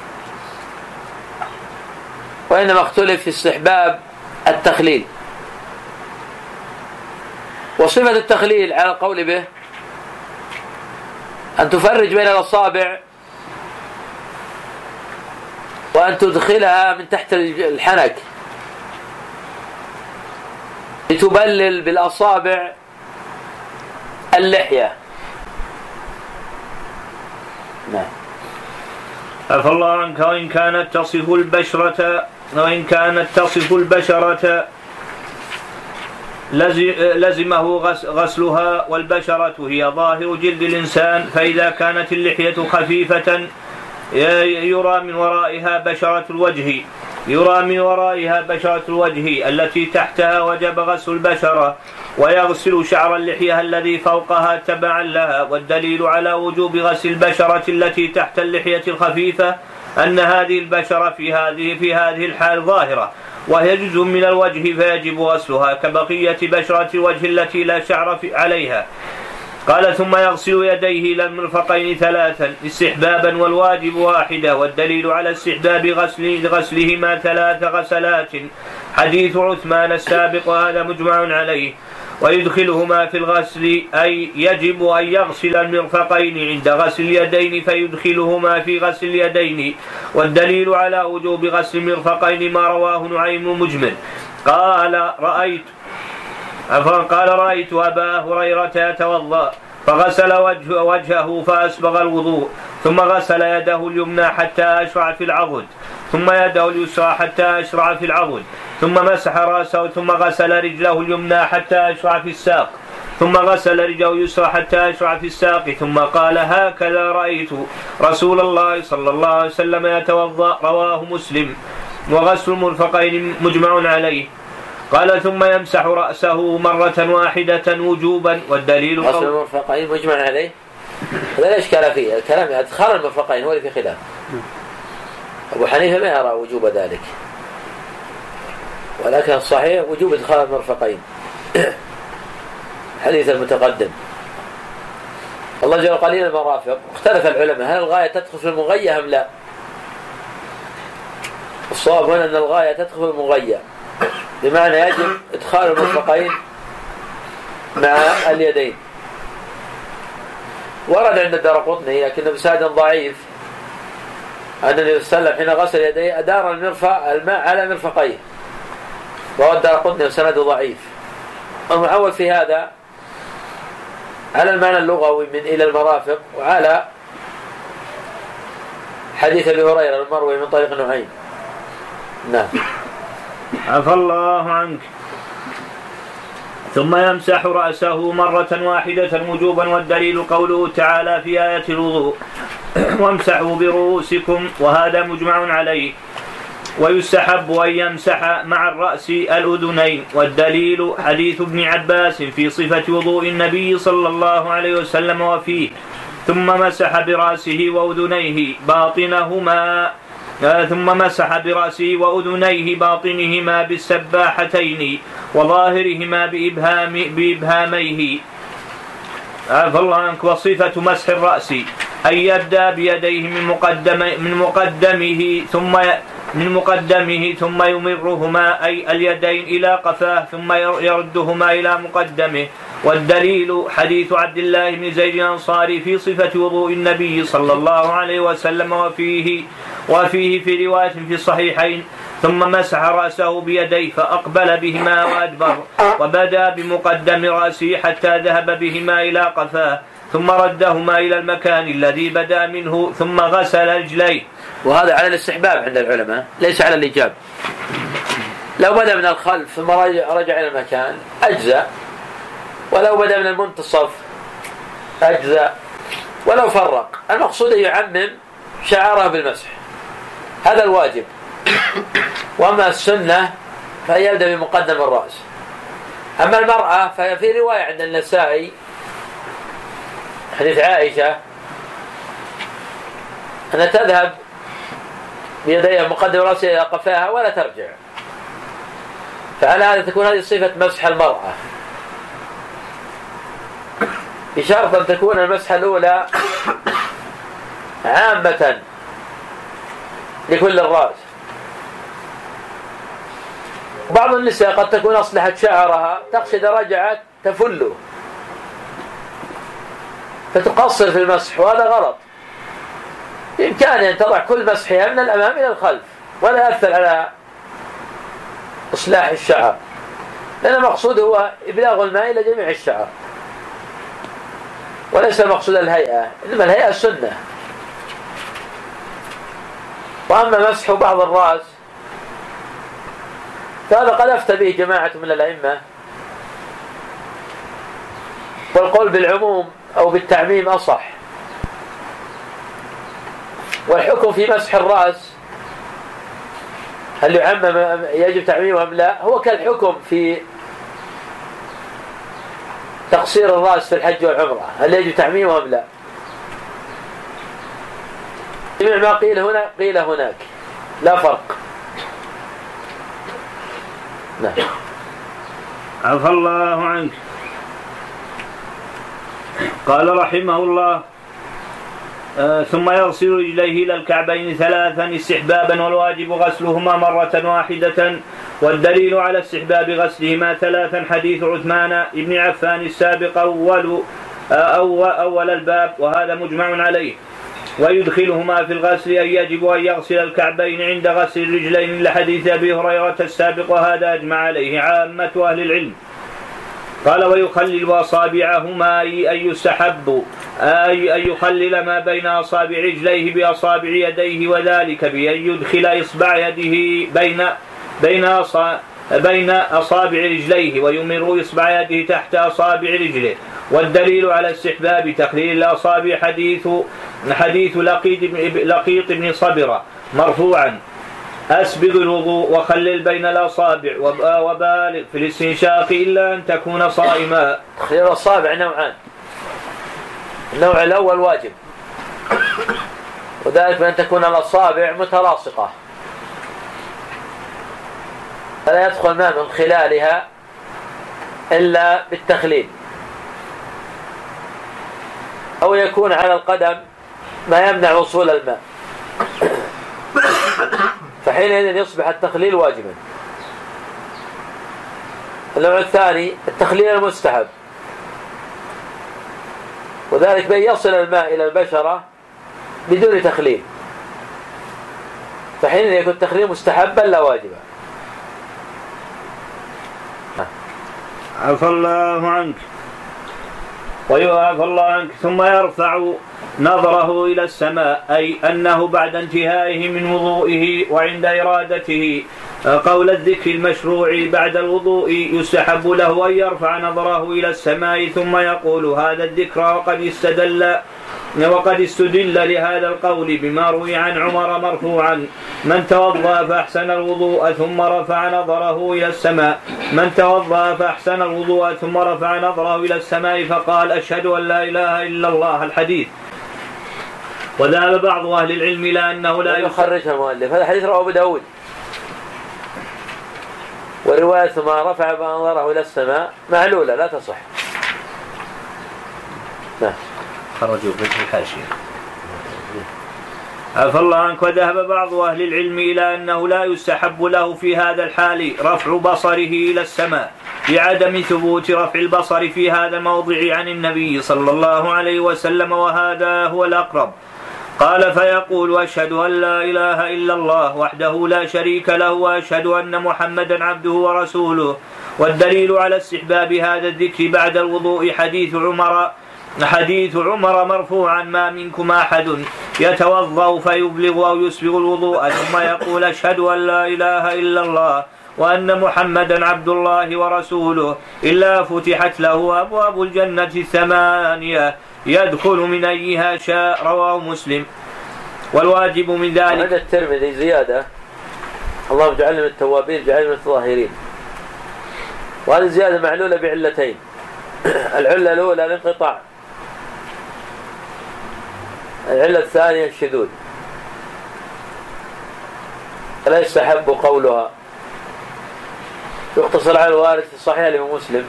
وإنما اختلف في استحباب التخليل. وصفة التخليل على القول به أن تفرج بين الأصابع وأن تدخلها من تحت الحنك لتبلل بالأصابع اللحية. نعم.
عفى الله عنك. وإن كانت تصف البشرة لزمه غسلها، والبشرة هي ظاهر جلد الإنسان، فإذا كانت اللحية خفيفة يرى من ورائها بشرة الوجه التي تحتها وجب غسل البشرة، ويغسل شعر اللحية الذي فوقها تبعا لها. والدليل على وجوب غسل البشرة التي تحت اللحية الخفيفة أن هذه البشرة في هذه الحال ظاهرة، وهي جزء من الوجه فيجب غسلها كبقية بشرة الوجه التي لا شعر عليها. قال ثم يغسل يديه إلى المرفقين 3 استحبابا والواجب واحدة. والدليل على استحباب غسلهما 3 غسلات حديث عثمان السابق وهذا مجمع عليه. ويدخلهما في الغسل أي يجب أن يغسل المرفقين عند غسل اليدين فيدخلهما في غسل اليدين. والدليل على وجوب غسل المرفقين ما رواه نعيم مجمل قال رأيت أبا هريرة يتوضأ فغسل وجهه فأسبغ الوضوء ثم غسل يده اليمنى حتى أشرع في العضد ثم يده اليسرى حتى أشرع في العضد ثم مسح رأسه ثم غسل رجله اليمنى حتى أشرع في الساق ثم غسل رجله اليسرى حتى أشرع في الساق ثم قال هكذا رأيت رسول الله صلى الله عليه وسلم يتوضأ. رواه مسلم. وغسل المرفقين مجمع عليه. قال ثم يمسح رأسه مرة واحدة وجوبا. والدليل
غسل المرفقين مجمع عليه هذا لا إشكال فيه. الكلام ادخال المرفقين هو اللي في خلاف. أبو حنيفة ما يرى وجوب ذلك، ولكن الصحيح وجوب ادخال المرفقين. حديث المتقدم الله جل قليل المرافق. اختلف العلماء هل الغاية تدخل في المغية أم لا. الصواب هنا أن الغاية تدخل في المغية، بمعنى يجب ادخال المرفقين مع اليدين. ورد عند الدارقطني لكنه بسند ضعيف أن النبي صلى الله عليه وسلم حين غسل يديه أدار الماء على مرفقيه، وهو الدارقطني وسند ضعيف. المعول في هذا على المعنى اللغوي من إلى المرافق، وعلى حديث أبي هريرة المروي من طريق نعيم. نعم.
عفى الله عنك. ثم يمسح رأسه مرة واحدة وجوبا. والدليل قوله تعالى في آية الوضوء وامسحوا برؤوسكم وهذا مجمع عليه. ويستحب أن يمسح مع الرأس الأذنين. والدليل حديث ابن عباس في صفة وضوء النبي صلى الله عليه وسلم وفيه ثم مسح برأسه وأذنيه باطنهما ثم مسح برأسه وأذنيه باطنهما بالسباحتين وظاهرهما بإبهاميه. عفى الله عنك. وصفة مسح الرأس أن يبدأ بيديه من مقدمه ثم يمرهما أي اليدين إلى قفاه ثم يردهما إلى مقدمه. والدليل حديث عبد الله بن زيد الأنصاري في صفة وضوء النبي صلى الله عليه وسلم وفيه في رواية في الصحيحين ثم مسح رأسه بيديه فأقبل بهما وأدبر وبدأ بمقدم رأسه حتى ذهب بهما إلى قفاه ثم ردهما إلى المكان الذي بدأ منه ثم غسل رجليه.
وهذا على الاستحباب عند العلماء ليس على الإيجاب. لو بدأ من الخلف ثم رجع إلى المكان أجزاء، ولو بدأ من المنتصف أجزاء، ولو فرق. المقصود أن يعمم شعره بالمسح، هذا الواجب. وأما السنة فهي يبدأ بمقدم الرأس. أما المرأة فهي في رواية عند النسائي حديث عائشة أنها تذهب بيديها مقدم رأسها إلى قفاها ولا ترجع. فعلى هذا تكون هذه صفة مسح المرأة، بشرط أن تكون المسحة الأولى عامة لكل الرأس. بعض النساء قد تكون أصلحت شعرها تقصد إذا رجعت تفله فتقصر في المسح، وهذا غلط. بإمكانها أن تضع كل مسحها من الأمام إلى الخلف ولا يأثر على إصلاح الشعر، لأن المقصود هو إبلاغ الماء إلى جميع الشعر وليس المقصود الهيئة، إنما الهيئة السنة. وأما مسح بعض الرأس فهذا قد أفتى به جماعة من الأئمة، والقول بالعموم أو بالتعميم أصح. والحكم في مسح الرأس هل يعمم يجب تعميمه أم لا هو كالحكم في تقصير الرأس في الحج والعمرة هل يجب تعميمه أم لا؟ جميع ما قيل هنا قيل هناك، لا فرق. نعم.
عفى الله عنك. قال رحمه الله: ثم يغسل رجليه إلى الكعبين 3 استحبابا، والواجب غسلهما مرة واحدة. والدليل على استحباب غسلهما 3 حديث عثمان بن عفان السابق أول الباب، وهذا مجمع عليه. ويدخلهما في الغسل أن يجب أن يغسل الكعبين عند غسل الرجلين لحديث أبي هريرة السابق، وهذا أجمع عليه عامة أهل العلم. قال: ويخلل أصابعهما أي يستحب أن يخلل ما بين أصابع رجليه بأصابع يديه، وذلك بأن يدخل إصبع يده بين أصابع رجليه ويمر إصبع يده تحت أصابع رجله. والدليل على استحباب تخليل الأصابع حديث لقيط بن صبرة مرفوعا: أسبغ الوضوء وخلل بين الأصابع وبالغ في الاستنشاق إلا أن تكون صائما.
تخليل الأصابع نوعان: النوع الأول واجب، وذلك بأن تكون الأصابع متلاصقة فلا يدخل الماء من خلالها إلا بالتخليل، أو يكون على القدم ما يمنع وصول الماء، فحينئذ يصبح التخليل واجبا. النوع الثاني التخليل المستحب، وذلك بأن يصل الماء إلى البشرة بدون تخليل، فحينئذ يكون التخليل مستحبا لا واجبا.
عفى الله عنك. ويعفى الله عنك. ثم يرفع نظره إلى السماء، أي أنه بعد انتهائه من وضوئه وعند إرادته قول الذكر المشروع بعد الوضوء يستحب له أن يرفع نظره إلى السماء ثم يقول هذا الذكر. وقد استدل لهذا القول بما روي عن عمر مرفوعا: من توضأ فأحسن الوضوء ثم رفع نظره إلى السماء، من توضأ فأحسن الوضوء ثم رفع نظره إلى السماء فقال: أشهد أن لا إله إلا الله. الحديث. وذهب بعض أهل العلم إلى أنه لا
يخرجها المؤلف. هذا حديث رواه أبو داود، ورواية ما رفع نظره إلى السماء معلولة لا تصح. نعم.
خرجوا في الحاشية. عفى الله عنك. وذهب بعض أهل العلم إلى أنه لا يستحب له في هذا الحال رفع بصره إلى السماء لعدم ثبوت رفع البصر في هذا الموضع عن النبي صلى الله عليه وسلم، وهذا هو الأقرب. قال: فيقول: أشهد أن لا إله إلا الله وحده لا شريك له وأشهد أن محمدا عبده ورسوله. والدليل على استحباب هذا الذكر بعد الوضوء حديث عمر مرفوعا: ما منكم أحد يتوضأ فيبلغ أو يسبغ الوضوء ثم يقول: أشهد أن لا إله إلا الله وأن محمدا عبد الله ورسوله إلا فتحت له أبواب الجنة 8 يدخل من أيها شاء. رواه مسلم. والواجب من ذلك.
هذا الترمذي زيادة: اللهم اجعلنا من التوابين اجعلنا من الطاهرين. وهذه زيادة معلولة بعلتين: العلة الأولى الانقطاع، العلة الثانية الشذوذ. لا يستحب قولها. يقتصر على الوارد في الصحيح لإمام مسلم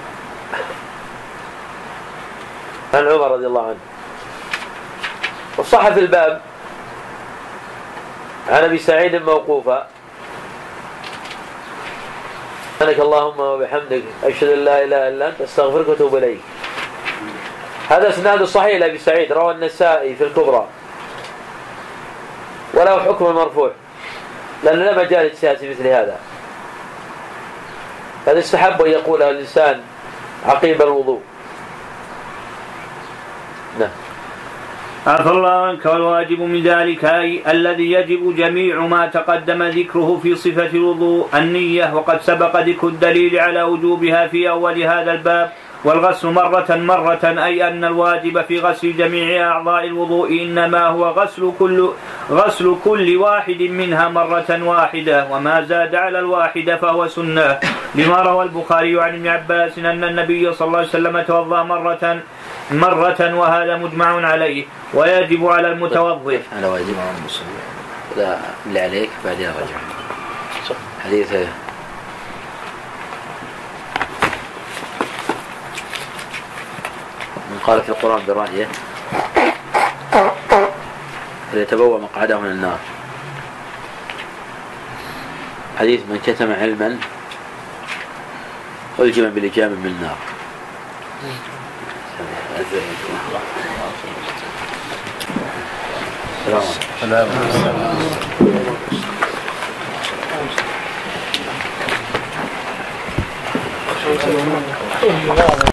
عن عمر رضي الله عنه. والصح في الباب عن أبي سعيد موقوفا: سبحانك اللهم وبحمدك أشهد أن لا إله إلا أنت أستغفرك وأتوب إليك. هذا اسناد صحيح لأبي سعيد، رواه النسائي في الكبرى، وله حكم المرفوع لأن لا مجال اجتهاد في مثل هذا. هذا استحب أن يقولها الإنسان عقيب الوضوء. نعم.
عفى الله عنك. والواجب من ذلك أي الذي يجب جميع ما تقدم ذكره في صفة الوضوء النية، وقد سبق ذكر الدليل على وجوبها في أول هذا الباب. والغسل مرة أي أن الواجب في غسل جميع أعضاء الوضوء إنما هو غسل كل واحد منها مرة واحدة، وما زاد على الواحدة فهو سنة. لما روى البخاري عن ابن عباس أن النبي صلى الله عليه وسلم توضأ مرة وهذا مجمع عليه ويجب على المتوضئ.
على واجب على المصلي لا اللي عليك بعدين رجع حديث من قال في القرآن برأيه فليتبوأ مقعده من النار. حديث من كتم علما ألجم بلجام من النار. السلام عليكم.